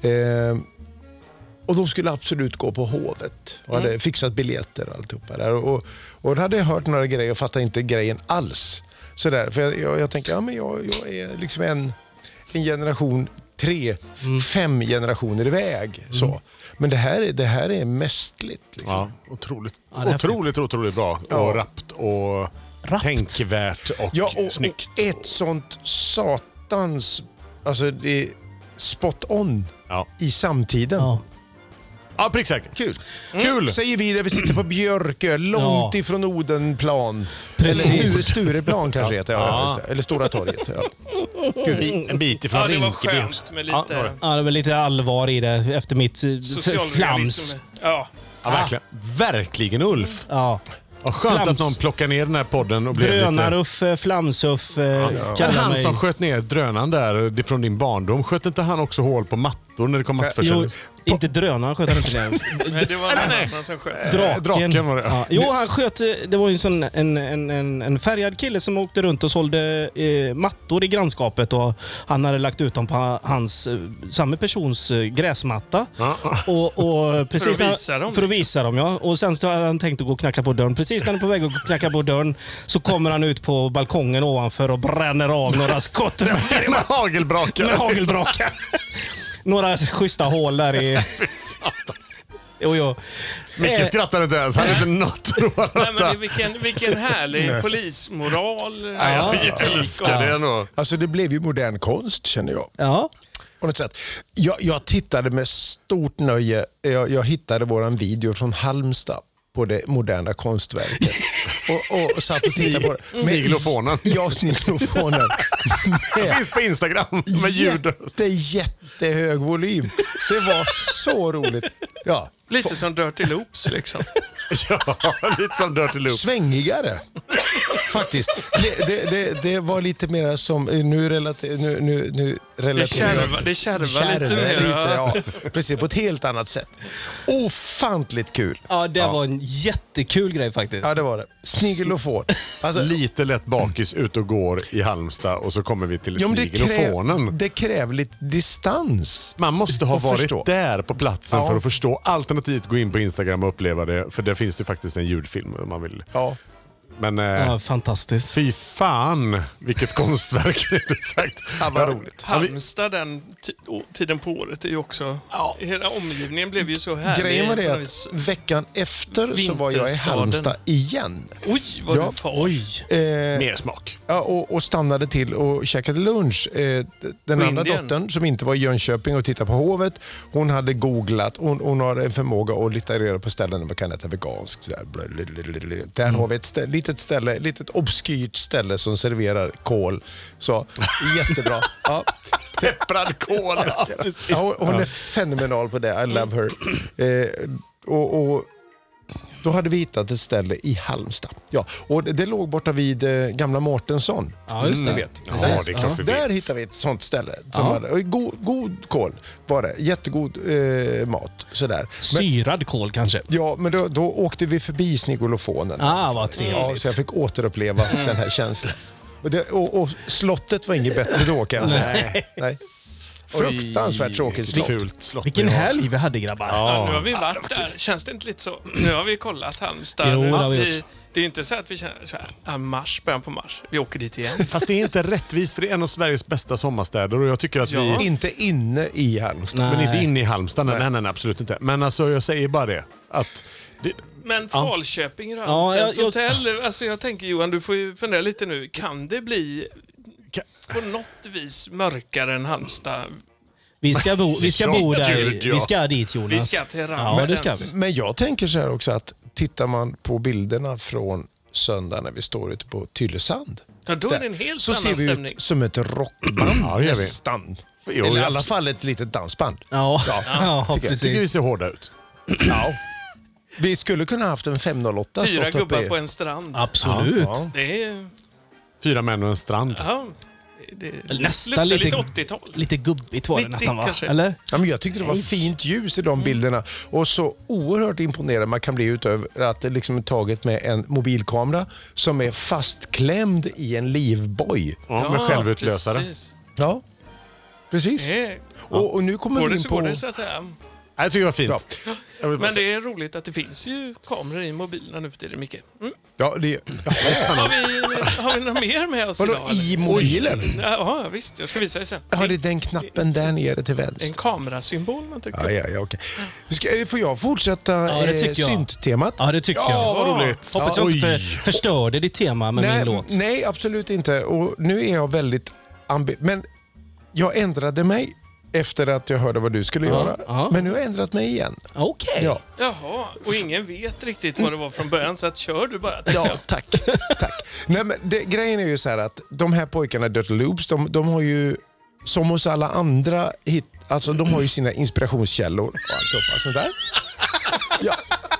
C: Och de skulle absolut gå på hovet och hade fixat biljetter och alltihopa där. Och då hade jag hört några grejer och fattade inte grejen alls. Så där, för jag tänker, ja men jag är liksom en generation 5 generationer iväg. Så. Men det här är mästligt. Liksom.
B: Ja, otroligt bra. Ja. Och rappt och tänkvärt och snyggt.
C: Och ett sånt satans... Alltså det är spot on i samtiden.
B: Ja, pricksäkert.
C: Kul. Säger vi där vi sitter på Björkö, långt ifrån Odenplan.
A: Precis.
C: Eller Stureplan kanske heter det. Eller Stora torget. Ja.
B: En bit ifrån
D: det var
B: Rinkeby.
D: skönt med lite...
A: det var lite allvar i det efter mitt flams.
D: Ja,
B: Verkligen Ulf.
A: Ja.
B: Vad skönt att någon plockar ner den här podden och blir
A: Drönaruff, flamsuff.
B: Han som sköt ner drönaren där från din barndom, sköt inte han också hål på mattor när det kom mattförsäljning?
A: Inte drönaren sköt han inte ner.
D: Nej, det var en annan som sköt.
A: Draken
B: var det.
A: Ja. Jo, han sköt. Det var ju en färgad kille som åkte runt och sålde mattor i grannskapet och han hade lagt ut dem på samma persons gräsmatta. Och precis för att visa dem, ja. Och sen så hade han tänkt att gå och knacka på dörren. Precis när han är på väg att knacka på dörren så kommer han ut på balkongen ovanför och bränner av några skott.
B: Med hagelbrakar.
A: Några schyssta hål där i...
B: Micke skrattar inte ens. Han är inte något roligt.
D: Nej, men vilken härlig polismoral.
B: Jag älskar det nog.
C: Alltså det blev ju modern konst, känner jag.
A: Ja.
C: På något sätt. Jag tittade med stort nöje. Jag hittade våran video från Halmstad på det moderna konstverket. Och satt och tittade på det.
B: Sniglofonen.
C: Ja, sniglofonen.
B: Det finns på Instagram med ljud.
C: Jättehög volym. Det var så roligt. Ja.
D: Lite som Dirty Loops liksom.
B: Ja, lite som Dirty Loops.
C: Svängigare. faktiskt. Det var lite mer som nu relaterar
D: det kärvar lite mer.
C: Ja, precis, på ett helt annat sätt. Ofantligt kul.
A: Ja, det var en jättekul grej faktiskt.
C: Ja, det var det. Snigelofon. Alltså,
B: lite lätt bakis ut och går i Halmstad och så kommer vi till snigelofonen.
C: Det kräver lite distans.
B: Man måste ha varit
C: förstå.
B: där på platsen för att förstå. Alternativt gå in på Instagram och uppleva det. För där finns det faktiskt en ljudfilm om man vill.
C: Ja.
B: Men
A: Ja, fantastiskt.
B: fy fan, vilket konstverk. Exakt.
C: Ja, vad roligt.
D: Halmstad den tiden på året är ju också... Hela omgivningen blev ju så härlig.
C: Grejen var det att veckan efter så var jag i Halmstad igen.
D: Oj, vad du far.
B: Mer smak.
C: Ja, och stannade till och käkade lunch. Den andra dottern som inte var i Jönköping och tittade på hovet, hon hade googlat. Hon har en förmåga att litterera på ställen där man kan äta veganskt. Där har vi ett litet obskyrt ställe som serverar kål. Så jättebra. Ja.
B: Pepprad kål.
C: Ja, hon är fenomenal på det. I love her. Och då hade vi hittat ett ställe i Halmstad. Ja, och det låg borta vid gamla Mårtensson.
A: Ja, just det.
C: Vet.
B: Ja, det är klart vi
C: Där
B: vet.
C: hittade vi ett sånt ställe. Som hade, god kål var det. Jättegod mat. Sådär.
A: Syrad kål kanske.
C: Ja, men då åkte vi förbi Snigolofonen.
A: Vad trevligt.
C: Ja, så jag fick återuppleva den här känslan. Och slottet var inget bättre då, kan jag säga. Nej. Fruktansvärt tråkigt slott.
B: Fult slott.
A: Vilken helg vi hade, grabbar.
D: Ja, nu har vi varit där. Känns det inte lite så? Nu har vi kollat Halmstad.
A: Jo,
D: Nu
A: det har vi gjort.
D: det är ju inte så att vi känner så här, början på mars. Vi åker dit igen.
B: Fast det är inte rättvist för det är en av Sveriges bästa sommarstäder och jag tycker att vi...
C: Inte inne i Halmstad.
B: Men inte inne i Halmstad. Nej, absolut inte. Men alltså jag säger bara det. Att
D: Men Falköping,
A: Ja,
D: hotell. Alltså jag tänker Johan, du får ju fundera lite nu. Kan det bli på något vis mörkare än Halmstad?
A: Vi ska bo där.
B: Gud, ja.
A: Vi ska dit, Jonas.
D: Vi ska till
A: Ja, det ska vi.
C: Men jag tänker så här också att tittar man på bilderna från söndag när vi står ute på Tylösand.
D: Ja, då är det en helt
C: så
D: annan
C: ser vi
D: stämning.
C: ut som ett rockband.
B: Ja, det gör vi.
C: Nästan.
B: Jo,
C: Eller i alla
B: absolut.
C: fall ett litet dansband.
A: Ja,
C: tycker
A: precis.
B: tycker vi ser hårda ut.
C: Ja. Vi skulle kunna haft en 508
D: 4
C: stått
D: gubbar
C: uppe
D: på en strand.
A: Absolut.
C: Ja.
D: Det är...
B: 4 män och en strand.
D: Ja, det
A: Nästan
D: luktar
A: lite
D: 80-tal.
A: Lite gubbigt var det
D: 90
A: nästan, va?
D: kanske.
A: Eller?
C: Ja, men jag tyckte det var fint ljus i de bilderna och så oerhört imponerad man kan bli utöver att det liksom är taget med en mobilkamera som är fastklämd i en livboj.
B: Ja, med självutlösare.
D: Precis.
C: Ja, precis. Och nu kommer
D: Går
C: vi
D: det
C: in
D: så
C: på...
D: går det så att säga.
B: Jag tycker det var fint.
C: Bra.
B: Jag vill bara
D: Men
B: säga-
D: det är roligt att det finns ju kameror i mobilerna nu för tiden, Micke.
C: Ja, det är spännande.
D: Har vi något mer med oss
C: Vadå,
D: idag? eller?
C: i mobilen?
D: Ja, visst. Jag ska visa dig sen.
C: Ja, det är den knappen där nere till
D: En
C: vänster.
D: kamerasymbol man tycker.
C: Ja, okej. Får jag fortsätta
A: det tycker jag.
C: synttemat?
A: Ja, det tycker jag.
B: Ja, vad roligt.
A: Hoppas jag inte
B: Oj.
A: förstörde ditt tema med min låt.
C: Nej, absolut inte. Och nu är jag väldigt men jag ändrade mig efter att jag hörde vad du skulle göra.
A: ja.
C: Men nu har jag ändrat mig igen.
A: Okej.
C: Ja.
D: Jaha, och ingen vet riktigt vad det var från början, så att kör du bara.
C: Ja, tack. Nej, men grejen är ju så här att de här pojkarna, Dirty Loops, de har ju som hos alla andra alltså de har ju sina inspirationskällor och alltihopa sånt där. Ja.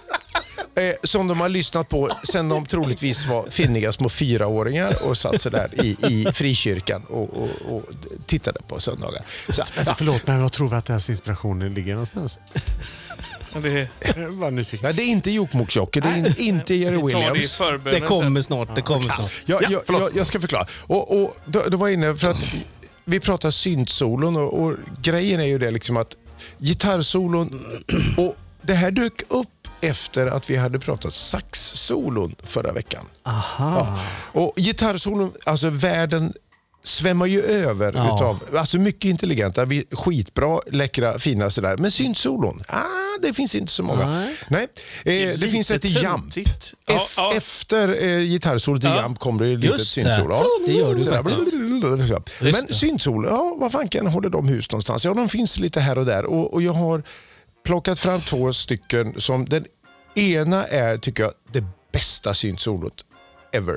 C: Som de har lyssnat på sen de troligtvis var finniga små 4-åringar och satt så där i frikyrkan och tittade på söndagar. Så,
B: Förlåt, men vad tror vi att deras inspiration ligger någonstans?
D: Det,
B: Jag var nyfiken.
C: nej, det är inte Jokkmokk-Jokke, det är inte Jerry
D: vi tar det i
C: Williams.
D: förbönen
A: Det kommer snart. Det kommer snart.
C: Jag ska förklara. Och då var jag inne för att vi pratar syntsolon och grejen är ju det liksom att gitarrsolon och det här dök upp efter att vi hade pratat saxsolon förra veckan.
A: Aha.
C: Ja. Och gitarrsolon, alltså världen svämmar ju över utav, alltså mycket intelligenta, skitbra, läckra, fina sådär. Men syntsolon, det finns inte så många. Nej. Det finns ett i Jump. Efter gitarrsolot i Jump kommer det lite
A: Just
C: syntsolo.
A: det. Det gör du faktiskt.
C: Men syntsolon, vad fanken håller de hus någonstans? Ja, de finns lite här och där. Och jag har plockat fram 2 stycken som den ena är, tycker jag, det bästa syntsolot ever.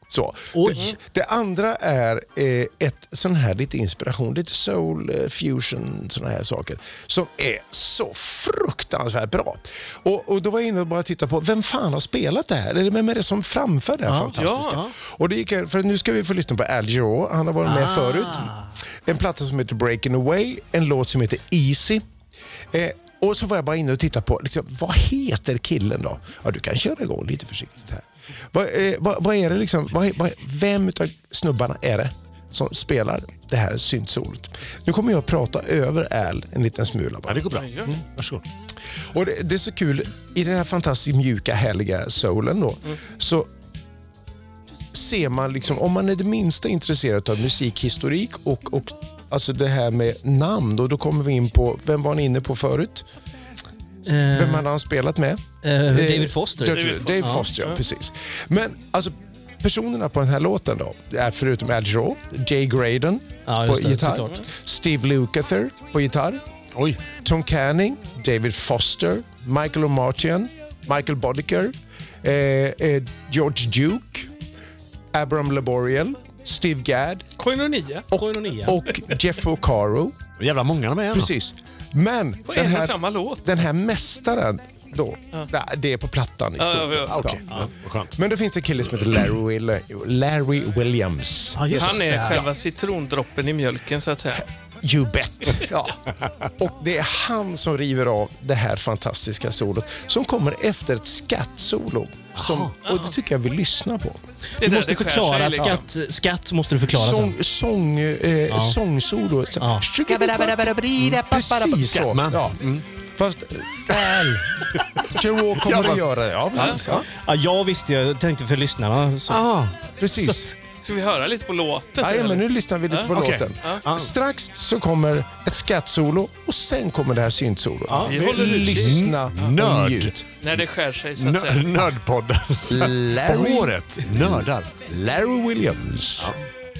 C: Så. Det andra är ett sån här lite inspiration, lite soul, fusion, såna här saker som är så fruktansvärt bra. Och då var jag inne och bara tittade på vem fan har spelat det här? Eller vem är det som framför det här fantastiska? Ja. Och det gick, för nu ska vi få lyssna på Al Jarreau. Han har varit med förut. En platta som heter Breaking Away, en låt som heter Easy. Och så var jag bara inne och tittade på liksom, vad heter killen då? Ja, du kan köra igång lite försiktigt här. Vad är det liksom? Vem utav snubbarna är det som spelar det här syntsolet? Nu kommer jag att prata över Al en liten smula.
B: Ja, det går bra. Varsågod.
C: Och det är så kul, i den här fantastiskt mjuka, härliga soulen då, så ser man liksom, om man är det minsta intresserad av musikhistorik och alltså det här med namn då kommer vi in på, vem var ni inne på förut? Vem hade han spelat med?
A: David Foster.
C: David Foster, ja, precis. Men alltså personerna på den här låten då är förutom Al Jarreau, Jay Graydon på gitarr, såklart. Steve Lukather på gitarr, Tom Canning, David Foster, Michael Omartian, Michael Boddicker, George Duke, Abram Laboriel, Steve Gadd och Jeff O'Caro.
B: Jävla många de är.
C: Precis. Men
D: på samma låt.
C: Den här mästaren då, det är på plattan i stort. Men det finns en kille som heter Larry Williams.
D: Han är själva citrondroppen i mjölken så att säga.
C: You bet. Ja. Och det är han som river av det här fantastiska solot som kommer efter ett skatt-solo. Och det tycker jag vi lyssnar på.
A: Du måste förklara skatt måste du förklara.
C: Sångsolo. Precis så. Ja. Fast Jarreau kommer att göra det. Ja, precis.
A: Ja, jag visste, jag tänkte för lyssnarna.
C: Precis.
D: Ska vi höra lite på låten?
C: Ja, men nu lyssnar vi lite på låten. Strax så kommer ett skatt-solo och sen kommer det här syntsolo.
D: Vi håller
C: lyssna
B: nörd.
D: När det skär sig så att säga.
B: Nördpodden. På håret. Nördar.
C: Larry Williams.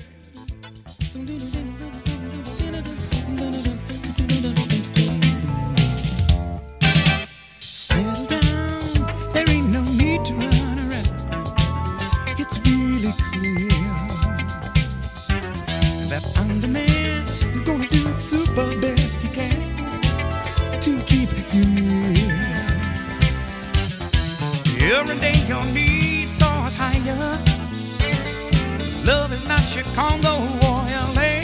H: Every day your needs soars higher. Love is not Chicago or LA.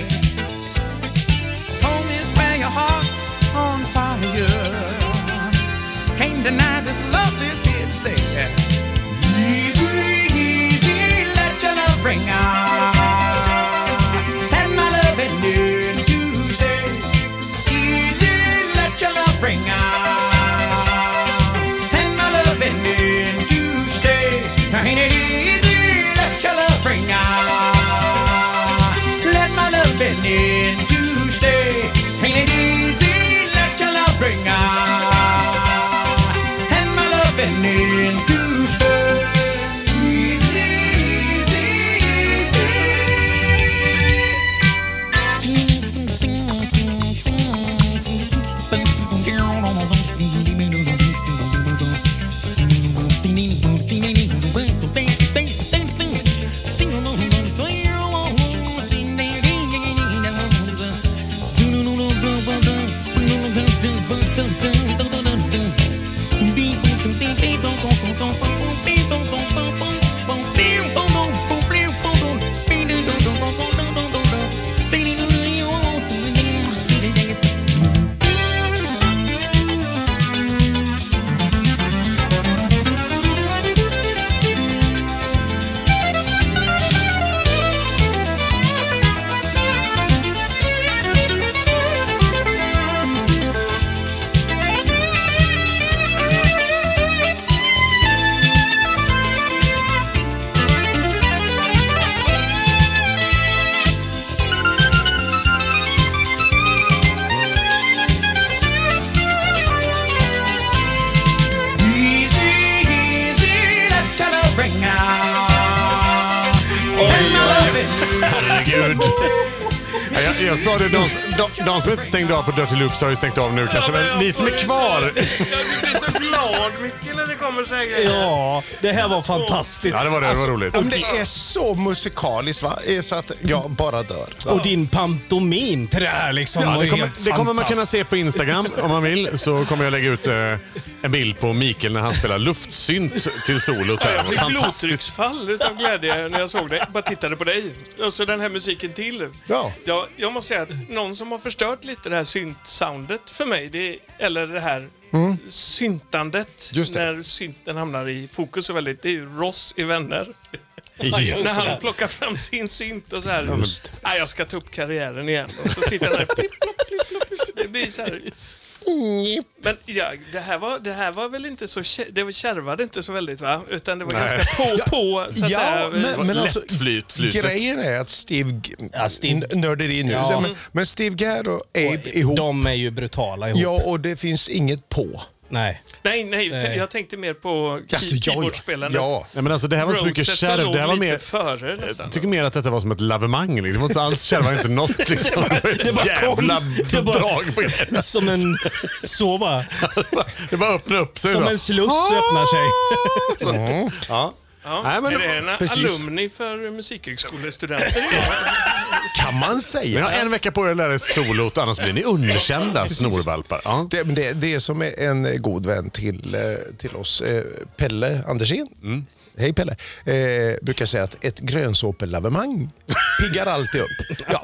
H: Home is where your heart's on fire. Can't deny this love is here to stay. Easy, easy, let your love ring out. And my love in you to stay. Easy, let your love ring out. And my love in you. Ain't it easy? Let your love bring out. Let my love bend in to stay. Ain't it easy? Let your love bring out. And my love bend in to stay. Easy, easy,
B: Jag sa det, de som inte stängde av på Dirty Loops har ju stängt av nu kanske. Men ni som är kvar...
D: Du blir så glad, Micke, när det kommer så här grejer.
A: Ja, det här var fantastiskt.
B: Ja, det var roligt.
C: Om det är så musikaliskt, va? Är så att jag bara dör.
A: Och din pantomin till det här liksom.
B: Ja,
A: var
B: det
A: helt
B: kommer man kunna se på Instagram om man vill. Så kommer jag lägga ut en bild på Mikael när han spelar luftsynt till solot.
D: Ja, jag fick
B: Fantastiskt.
D: blodtrycksfall utav glädje när jag såg det. Bara tittade på dig. Och så den här musiken till.
C: Ja.
D: Jag måste säga att någon som har förstört lite det här synt-soundet för mig, eller det här syntandet,
C: Just det.
D: när synten hamnar i fokus så väldigt, det är ju Ross i Vänner.
B: Ja.
D: När han plockar fram sin synt och så här, nej, jag ska ta upp karriären igen. Och så sitter han där, plipp, plopp, plipp, plopp, plipp. Det blir så här. Men ja, det här var väl inte så, det kärvade inte så väldigt, va? Utan det var ganska på så att säga.
C: Men alltså,
B: Flytet.
C: grejen är att Steve nördar in nu.
A: Ja.
C: Men Steve Gadd och Abe ihop.
A: De är ju brutala ihop.
C: Ja, och det finns inget på.
A: Nej.
D: Nej, jag tänkte mer på keyboardspelandet.
C: Ja.
B: Nej, men alltså, det här var så mycket
D: Rhodes
B: kärv. Det här var mer...
D: före nästan.
B: Jag tycker mer att detta var som ett lavemang. Det var inte alls kärva, inte något liksom.
A: Det bara
B: jävla
A: det bara-
B: drag på det.
A: Som en... Så bara.
B: Det bara öppna upp sig.
A: Som
B: så.
A: en sluss öppnar sig.
B: Ja.
D: Ja,
B: Nej, men-
D: är det en
C: precis.
D: alumni för musikhögskolestudenter?
C: Kan man
B: Men
C: säga.
B: jag har en vecka på er att lära er solot, annars blir ni underkända snorvalpar. Ja.
C: Det är som en god vän till oss, Pelle Andersén. Hej Pelle. Brukar säga att ett grönsåpelavemang piggar alltid upp. Ja.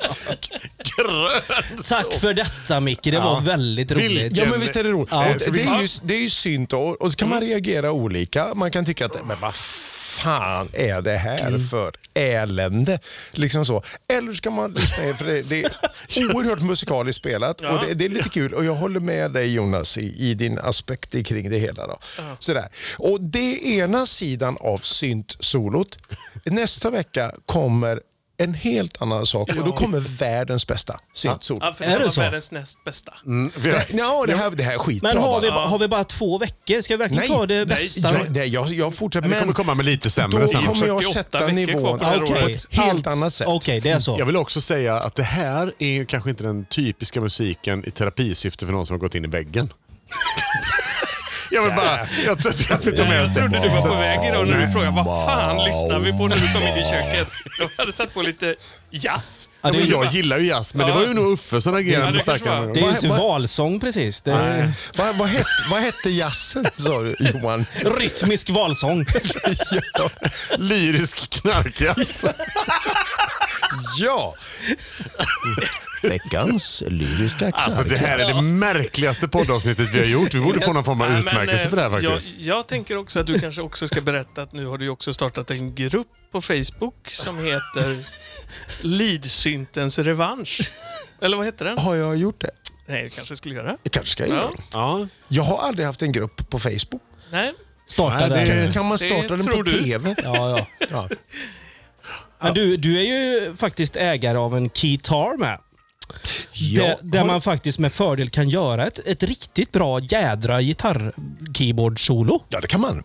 A: Tack för detta, Micke. Det var väldigt roligt.
C: Ja, men visst är det roligt.
A: Ja.
C: Det är ju synt och så kan man reagera olika. Man kan tycka att, men vad fan är det här för elände? Liksom så. Eller ska man lyssna in, för det är oerhört musikaliskt spelat och det är lite kul. Och jag håller med dig, Jonas, i din aspekt kring det hela. Då. Sådär. Och det är ena sidan av synt-solot. Nästa vecka kommer en helt annan sak och då kommer världens bästa synt-solo.
D: Ja, för
A: Är
D: det
A: det
D: var
A: så?
D: världens näst bästa.
C: Ja, det här är skitbra.
A: Men
C: bara.
A: har vi bara 2 veckor? Ska vi verkligen ta det bästa?
C: Jag fortsätter.
B: Vi kommer komma med lite sämre
C: Då
B: sen.
C: kommer jag
D: 48
C: sätta
D: veckor
C: nivån
D: kvar på det här
C: på
D: året.
C: ett helt annat sätt.
A: Okej, det är så.
B: Jag vill också säga att det här är kanske inte den typiska musiken i terapisyfte för någon som har gått in i väggen. Jag vill bara... Jag
D: trodde du var på väg idag när du frågade vad fan lyssnar vi på när du kom in i köket. Jag hade satt på lite jazz.
A: Ja, det är ju
B: Jag gillar ju jazz, men det var ju nog Uffe som reagerade
D: Ja,
B: med
D: det kanske
B: starkare.
D: var.
A: Det är ju inte valsång precis. Det är
C: Vad hette jazzen, sa du, Johan?
A: rytmisk valsång.
B: Lyrisk knarkjazz.
C: Ja. Veckans lyriska knark.
B: Alltså det här är det märkligaste poddavsnittet vi har gjort. Vi borde få någon form av utmärkelse för det här faktiskt.
D: Jag tänker också att du kanske också ska berätta att nu har du också startat en grupp på Facebook som heter Lidsyntens revansch. Eller vad heter den?
C: Har jag gjort det?
D: Nej, det kanske skulle göra.
C: Jag kanske ska göra det.
B: Ja.
C: Jag har aldrig haft en grupp på Facebook.
D: Nej.
A: Starta
B: Nej,
A: där.
B: det-
C: Kan man
D: Det
C: starta den
D: tror
C: på
D: du.
C: TV?
A: Ja.
C: Ja.
A: Men du är ju faktiskt ägare av en Keytar med.
C: Ja,
A: Där man faktiskt med fördel kan göra ett riktigt bra jädra gitarr-keyboard-solo.
C: Ja, det kan man.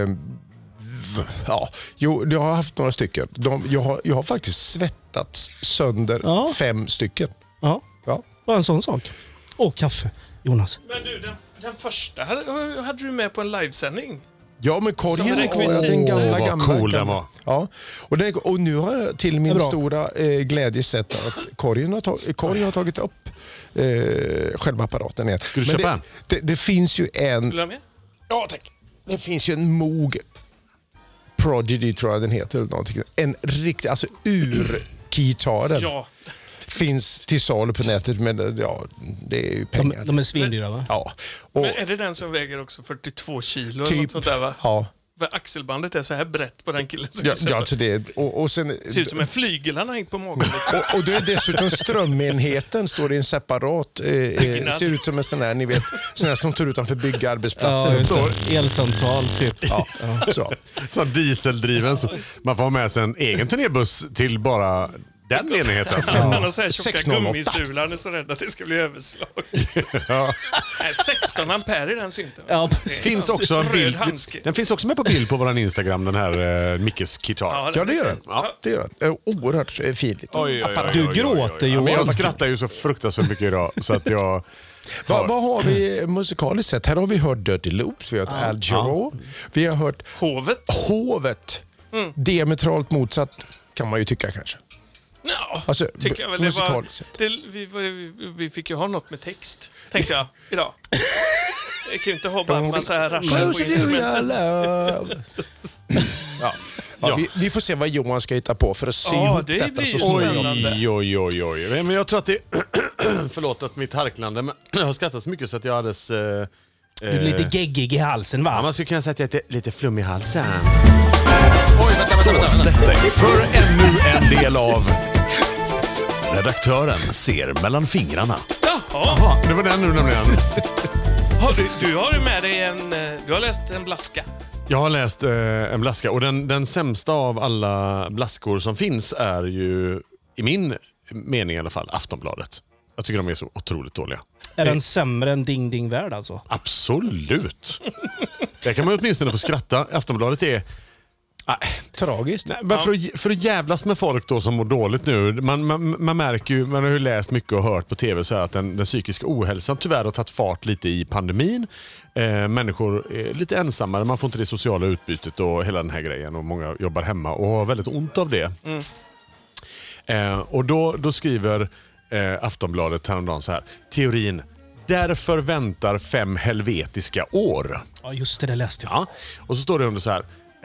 C: Ja, jo, jag har haft några stycken. Jag har faktiskt svettats sönder 5 stycken.
A: Ja,
C: Ja.
A: bara en sån sak. Och kaffe, Jonas.
D: Men du, den första hade du med på en livesändning.
C: Ja, men korgen
D: Som
C: har
D: rekvisit.
C: jag, den gamla,
B: Vad
C: gamla.
B: cool den
C: gamla.
B: var.
C: Ja, och nu har jag till
A: Det är
C: min
A: bra.
C: stora glädje sett att korgen har tagit upp själva apparaten igen.
B: Ska du
C: Men
B: köpa en?
C: det finns ju en...
D: Vill du ha med?
C: Ja, tack. Det finns ju en Moog Prodigy, tror jag den heter. Eller någonting. En riktig, alltså ur-gitarren.
D: Ja.
C: Finns till salu på nätet, men ja, det är ju pengar.
A: De är svindyra, va?
C: Ja. Och
D: Men är det den som väger också 42 kilo eller
C: typ,
D: något sånt där, va?
C: ja.
D: För axelbandet är så här brett på den killen. Som
C: Ja,
D: jag sett.
C: alltså det, och sen,
D: Det ser ut som en flygel han har hängt på magen.
C: och då är dessutom strömenheten står i en separat, ser ut som en sån här, ni vet, sån här som står utanför byggarbetsplatsen.
A: just
C: står,
A: det. Elcentral, typ.
C: ja, så.
B: Så dieseldriven. Så man får ha med sig en egen turnébuss till bara Den enheten.
D: Han har så här tjocka
C: 608.
D: gummisulor. Han är så rädd att det ska bli överslag. Nej, 16 ampere i den synten.
A: Ja,
B: Finns också en
D: Röd
B: bild.
D: handske.
B: Den finns också med på bild på vår Instagram, den här Mickes gitarr.
C: Ja, det gör den.
B: Ja.
C: Det gör den. Oerhört fin.
A: Du gråter,
B: Ja,
A: Johan.
B: men jag skrattar ju så fruktansvärt mycket idag så att jag...
C: Vad har vi musikaliskt sett? Här har vi hört Dirty Loops, vi har hört Al Jarreau, vi har hört Hovet. Diametralt motsatt kan man ju tycka kanske.
D: Ja,
C: Alltså,
D: tycker jag väl.
C: musikaliskt sett.
D: Vi fick ju ha något med text, tänkte jag, idag. Jag kan ju inte ha bara en massa rassel på instrumenten.
C: Vi får se vad Johan ska hitta på för att sy ihop
D: det
C: detta
D: blir
C: så
D: ju
C: småningom.
B: Oj. Men jag tror att det... Förlåt att mitt harklande, men jag har skrattat så mycket så att jag alldeles...
A: Du är lite geggig i halsen, va?
B: Ja, man skulle kunna säga att jag är lite flum i halsen. Oj, vänta. Sätt dig för ännu en del av Redaktören ser mellan fingrarna.
D: Jaha,
B: Det var den nu nämligen.
D: du har ju med dig du har läst en blaska.
B: Jag har läst en blaska och den sämsta av alla blaskor som finns är ju, i min mening i alla fall, Aftonbladet. Jag tycker de är så otroligt dåliga.
A: Är den sämre än Ding Ding Värld alltså?
B: Absolut. Det kan man ju åtminstone få skratta. Aftonbladet är...
C: Tragiskt.
B: Nej, men för att jävlas med folk då som mår dåligt nu. Man märker ju, man har ju läst mycket och hört på tv så här att den psykiska ohälsan tyvärr har tagit fart lite i pandemin. Människor är lite ensammare, man får inte det sociala utbytet och hela den här grejen och många jobbar hemma och har väldigt ont av det. Och då skriver Aftonbladet häromdagen så här: teorin, därför väntar 5 helvetiska år.
A: Ja, just det läste jag.
B: Ja. Och så står det under så här: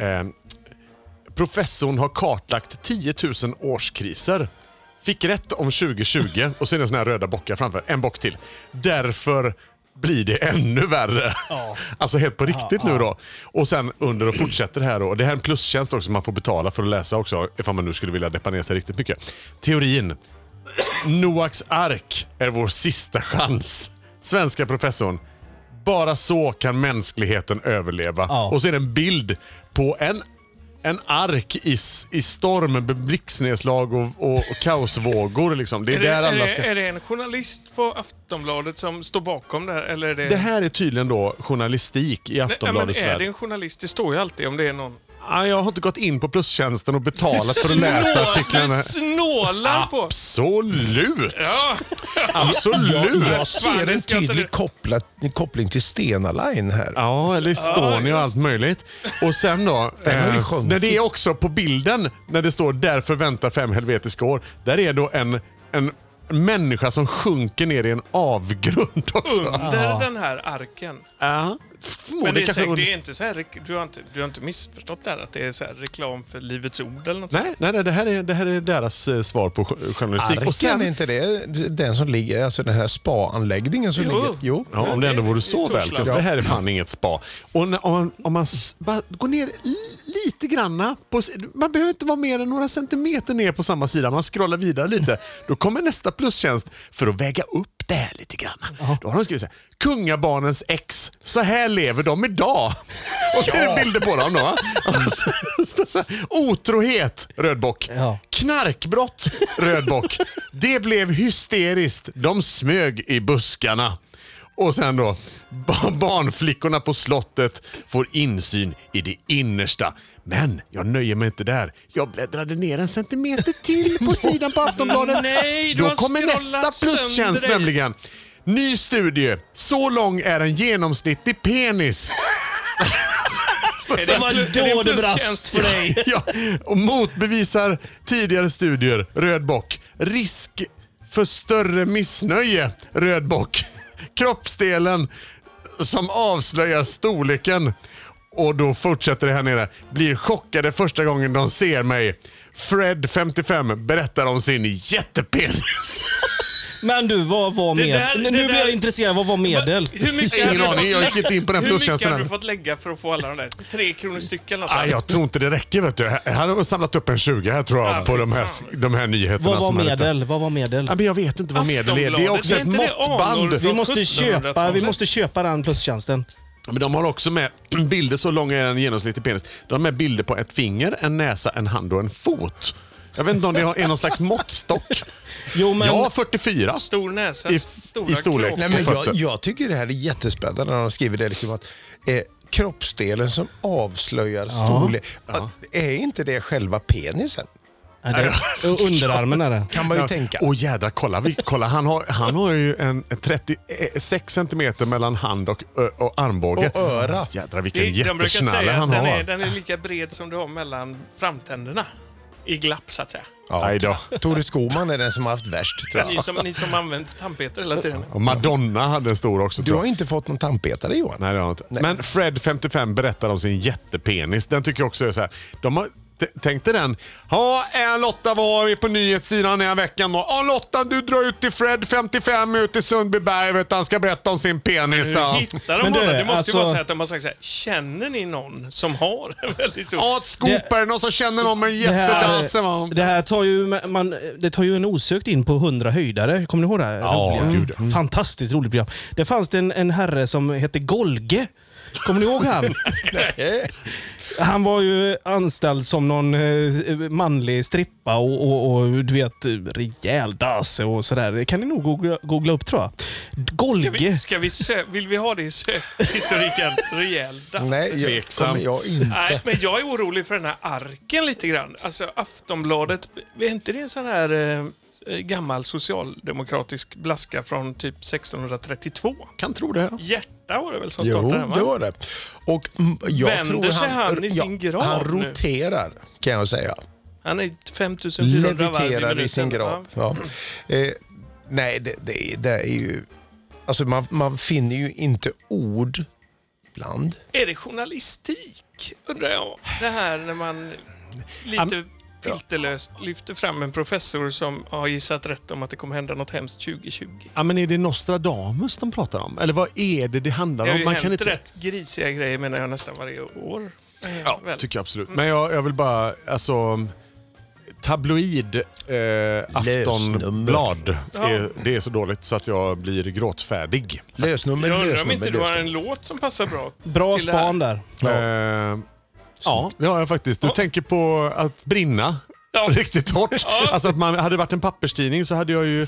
B: professorn har kartlagt 10 000 årskriser. Fick rätt om 2020 och sen är det såna här röda bockar framför. En bock till. Därför blir det ännu värre. Ja. Alltså helt på riktigt nu då. Och sen under och fortsätter här då. Det här är en plustjänst också, man får betala för att läsa också ifall man nu skulle vilja deppa ner sig riktigt mycket. Teorin. Noaks ark är vår sista chans. Svenska professorn. Bara så kan mänskligheten överleva. Ja. Och så är det en bild på en ark i storm med blixtnedslag och kaosvågor. Liksom. Det är där alla ska...
D: Är det en journalist på Aftonbladet som står bakom det här? Eller är det...
B: Det här är tydligen då journalistik i Aftonbladets värld.
D: Är det en journalist? Det står ju alltid om det är någon...
B: Jag har inte gått in på plustjänsten och betalat för att läsa artiklarna.
D: Snålar på!
B: Absolut!
D: Ja.
B: Absolut!
C: Jag ser en tydlig koppling till Stena Line här.
B: Ja, eller Estonia och allt möjligt. Och sen då, när det är också på bilden, när det står därför väntar 5 helvetiska år, där är då en människa som sjunker ner i en avgrund också.
D: Under den här arken.
B: Ja.
D: Men det är, säkert, det är inte så här, du har inte missförstått där att det är så här reklam för Livets Ord eller något sånt.
B: Nej, det här är deras svar på journalistik.
C: Arken,
B: och sen
C: är inte det den som ligger, alltså den här spa-anläggningen som ligger? Jo.
B: Ja, om det ändå vore så väl. Det här är fan inget spa. Och om man bara går ner lite granna, man behöver inte vara mer än några centimeter ner på samma sida, man scrollar vidare lite, då kommer nästa plustjänst för att väga upp det här lite grann. Då har de skrivit så här: kungabarnens ex, så här lever de idag. Och så är det bilder på dem då. Otrohet, röd bock. Ja. Knarkbrott, röd bock. Det blev hysteriskt. De smög i buskarna. Och sen då, barnflickorna på slottet får insyn i det innersta. Men jag nöjer mig inte där. Jag bläddrade ner en centimeter till på sidan på Aftonbladet.
D: Nej,
B: då kommer nästa plustjänst nämligen. Ny studie. Så lång är en genomsnittlig penis.
A: Det var en dålig brast för dig.
B: Ja, och motbevisar tidigare studier. Röd bock. Risk för större missnöje. Röd bock. Kroppsdelen som avslöjar storleken. Och då fortsätter det här nere. Blir chockade första gången de ser mig. Fred, 55, berättar om sin jättepenis.
A: Men du, vad var medel? Nu blir jag intresserad. Vad var medel?
B: Ingen aning, jag gick inte in på den plustjänsten.
D: Hur mycket har du fått lägga för att få alla de där? 3 kronor stycken? Alltså.
B: Jag tror inte det räcker, vet du. Jag har samlat upp en 20 här, tror jag, på de här nyheterna.
A: Vad var medel?
B: Men jag vet inte vad medel är. Det är också ett måttband.
A: Vi måste köpa den plustjänsten.
B: Men de har också med bilder, så långa är en genomsnittlig penis. De har med bilder på ett finger, en näsa, en hand och en fot. Jag vet inte om det är någon slags måttstock.
A: Jo, men...
B: Jag har 44.
D: Stor näsa,
B: I
D: stora
B: storlek.
C: Nej, men jag tycker det här är jättespännande när de skriver det liksom att kroppsdelen som avslöjar storlek. Är inte det själva penisen?
A: Nej, det är underarmen är det.
C: Kan man ju tänka.
B: Jädra, kolla han har ju en 36 centimeter mellan hand och armbåge.
C: Och öra.
B: Jädra, vilken
D: De brukar
B: jättesnalle
D: säga
B: han
D: att
B: har.
D: den är lika bred som du har mellan framtänderna. I glapp, så att säga.
B: Nej då.
C: Tore Skoman är den som har haft värst, tror jag.
D: Ni som använt tandpetare hela tiden.
B: Och Madonna hade en stor också,
C: Du
B: tror
C: har
B: jag.
C: inte fått någon tandpetare, Johan.
B: Nej, det har jag inte. Men Fred 55 berättar om sin jättepenis. Den tycker jag också är så här. De har tänkte den. Lotta var vi på nyhetssidan den här veckan. Lotta, du drar ut till Fred 55 ut i Sundbyberg. Vet, han ska berätta om sin penis.
D: Hittar de honom? Det måste ju vara så att de har sagt så här. Känner ni någon som har en väldigt stor...
B: Ett skopare, någon som känner någon med jättedasse.
A: Det här tar ju en osökt in på 100 höjdare. Kommer ni ihåg det?
B: Ja, gud.
A: Fantastiskt roligt program. Det fanns det en herre som hette Golge. Kommer ni ihåg han? Han var ju anställd som någon manlig strippa och du vet, rejäl dasse och sådär. Det kan ni nog googla upp, tror jag. Golge.
D: Vill vi ha det i historiken? Rejäl dasse?
C: Nej, jag inte.
D: Nej, men jag är orolig för den här arken lite grann. Alltså Aftonbladet, är inte det en sån här gammal socialdemokratisk blaska från typ 1632?
B: Kan tro det.
D: Hjärta var det väl som startade här, va?
C: det var det. Och jag
D: Vänder
C: tror
D: sig han i sin grav
C: han roterar, kan jag säga.
D: Han är 5400 varv i
C: Leviterar
D: minuten.
C: i sin grav. Ja. Nej, det är ju... Alltså man finner ju inte ord ibland.
D: Är det journalistik, undrar jag? Det här när man lite filterlöst lyfter fram en professor som har gissat rätt om att det kommer hända något hemskt 2020.
B: Ja, men är det Nostradamus de pratar om? Eller vad är det handlar
D: Det
B: om?
D: har ju
B: Man
D: hänt
B: kan inte...
D: rätt grisiga grejer, menar jag, nästan varje år.
B: Ja, tycker jag absolut. Men jag vill bara, alltså... Tabloid Aftonblad. Det är så dåligt så att jag blir gråtfärdig.
C: Lösnummer.
D: Jag undrar om inte du har en låt som passar bra.
A: Bra
D: till
A: span där.
B: Ja, det har jag faktiskt. Du tänker på att brinna riktigt hårt. Alltså att man hade varit en papperstidning så hade jag ju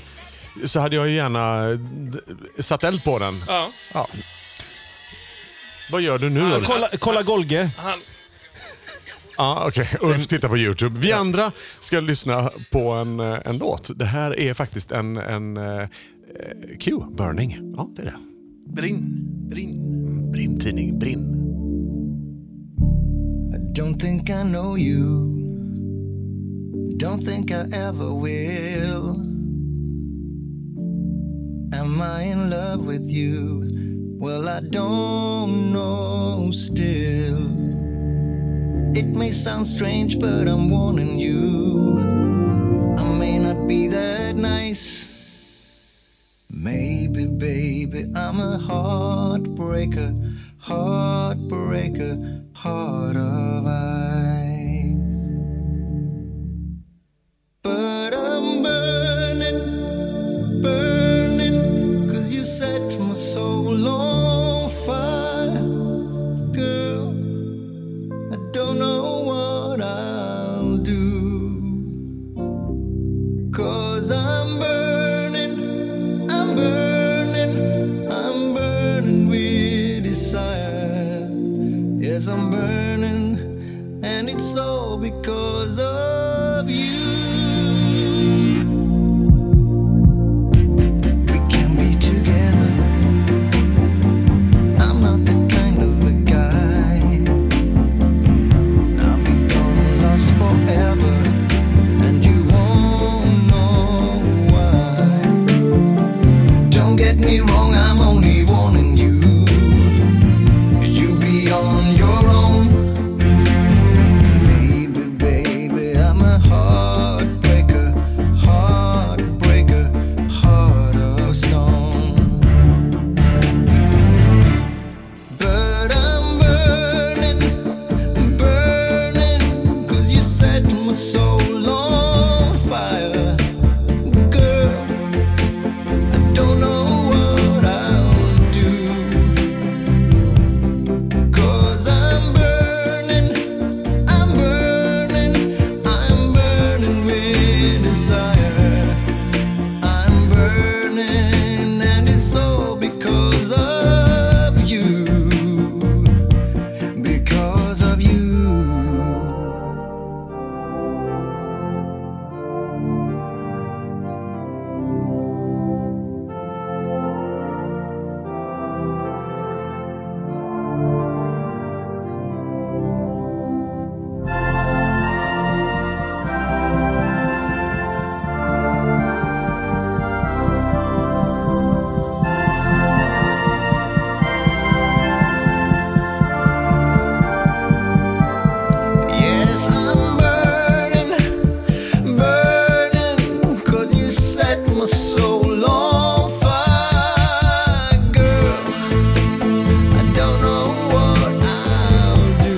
B: gärna satt eld på den.
D: Ja.
B: Vad gör du nu?
A: Kolla Golge.
B: Okej. Ulf tittar på YouTube. Vi andra ska lyssna på en låt. Det här är faktiskt en Q, Burning. Ja, det är det. Brinn tidning, brinn.
I: I don't think I know you. Don't think I ever will. Am I in love with you? Well, I don't know still. It may sound strange, but I'm warning you. I may not be that nice. Maybe, baby, I'm a heartbreaker, heart of ice. But I'm burning, 'cause you set my soul on fire. Girl, I don't know what I'll do, 'cause I'm burning with desire. Yes, I'm burning, and it's all because of you. We can be together. I'm not the kind of a guy. I'll be gone and lost forever, and you won't know why. Don't get me wrong, I'm only warning you. You'll be on your own. Baby, my soul on fire, girl. I don't know what I'll do,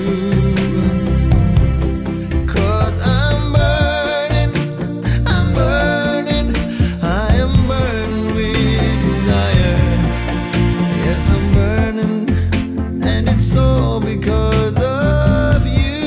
I: 'cause I'm burning, I am burning with desire. Yes, I'm burning, and it's all because of you.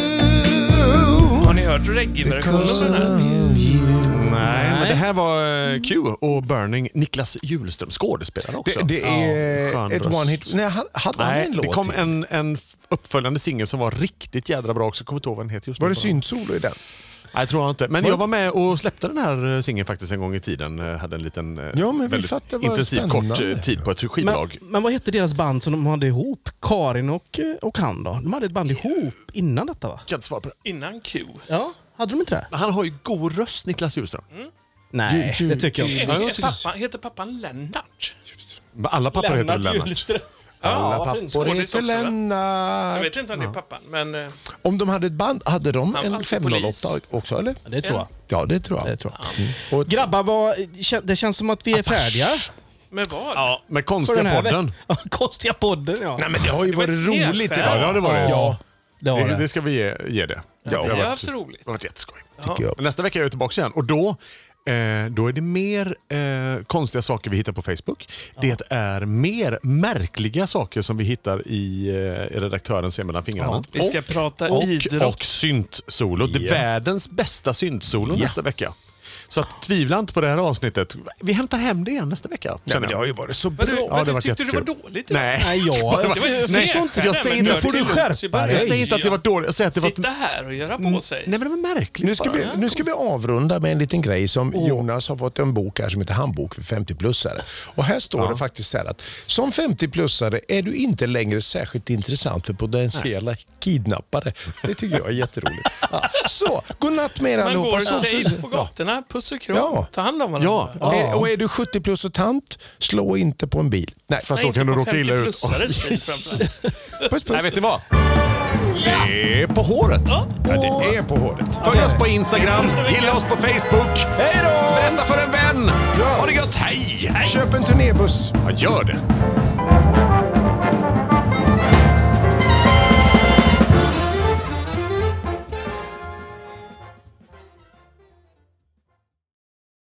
D: Har ni hört reggae-versionen på den här?
B: Nej, men det här var Q och Burning. Niklas Hjulström, skådespelare också.
C: Det är
B: skön
C: ett
B: röst.
C: one-hit. Nej, hade han en låt?
B: Det kom
C: till?
B: en uppföljande singel som var riktigt jädra bra också. Kommer inte ihåg vad den heter just nu.
C: Var det syntsolo i den?
B: Nej, jag tror inte. Men jag var med och släppte den här singeln faktiskt en gång i tiden. Hade en liten väldigt intensiv kort tid på ett skivbolag.
A: Men vad hette deras band som de hade ihop? Karin och han då? De hade ett band ihop innan detta, va?
B: Kan inte svara på det.
D: Innan Q.
A: Ja, hade de inte det?
B: Han har ju god röst, Niklas Hjulström.
A: Nej, det tycker jag inte.
D: Heter pappan Lennart?
B: Alla pappor heter Lennart.
A: Hjulström.
C: Alla
D: Ja,
C: pappor
D: skådis
C: heter
D: också, va?
C: Lennart.
D: Jag vet inte om det är pappan, men...
C: Om de hade ett band, hade de
D: Han var
C: en
D: alltid
C: 508
D: polis.
C: också, eller?
A: Det tror jag.
C: Ja, det tror jag.
A: Det tror jag.
C: Och
A: Grabbar, det känns som att vi är färdiga.
D: Med vad?
B: Ja, med
A: För
B: konstiga
A: den här
B: podden.
A: Ja, konstiga podden, ja.
C: Nej, men det har ju
D: Det var
C: varit
D: ett
C: roligt
D: snedskär.
C: idag.
B: Ja, det var det.
A: Ja, det var
B: Det
A: det.
B: ska vi ge det.
D: Vi har haft roligt.
B: Det har varit jätteskoj.
C: Tycker jag.
B: Men nästa vecka är jag tillbaka igen och då är det mer konstiga saker vi hittar på Facebook. Det är mer märkliga saker som vi hittar i redaktören ser mellan fingrarna.
D: Vi ska prata
B: och
D: idrott.
B: syntsolo. Det är världens bästa syntsolo nästa vecka. Så att tvivla inte på det här avsnittet. Vi hämtar hem det igen nästa vecka.
C: Nej, men det har ju varit så bra.
D: Men
B: Ja, det
D: du
B: var
D: tyckte det var
B: jättekul.
D: dåligt?
B: Nej.
A: Nej,
B: Det var-
A: jag
B: nej,
A: förstår inte.
B: jag säger inte-
A: får du skärpa dig.
B: Jag säger inte att det var dåligt. Jag säger att det var...
D: Sitta här och göra på sig.
B: Nej, men det var märkligt.
C: Nu ska vi avrunda med en liten grej som Jonas har fått en bok här som heter Handbok för 50-plussare. Och här står det faktiskt så här att som 50-plussare är du inte längre särskilt intressant för potentiella kidnappare. Det tycker jag är jätteroligt. Ja. Så, godnatt med er
D: Man
C: allihopa.
D: går
C: Så-
D: safe på gatorna, puss och kram.
C: Ja.
D: Ta hand om varandra.
C: Och är du 70 plus och tant, slå inte på en bil. Nej,
B: För att då kan du råka illa ut.
C: Puss, puss.
B: Nej, vet ni vad? Det är på håret.
C: Ja, det är på håret.
B: Följ oss på Instagram, gilla oss på Facebook.
C: Hej då!
B: Berätta för en vän. Ha det gött, hej!
C: Köp en turnébuss.
B: Ja, gör det.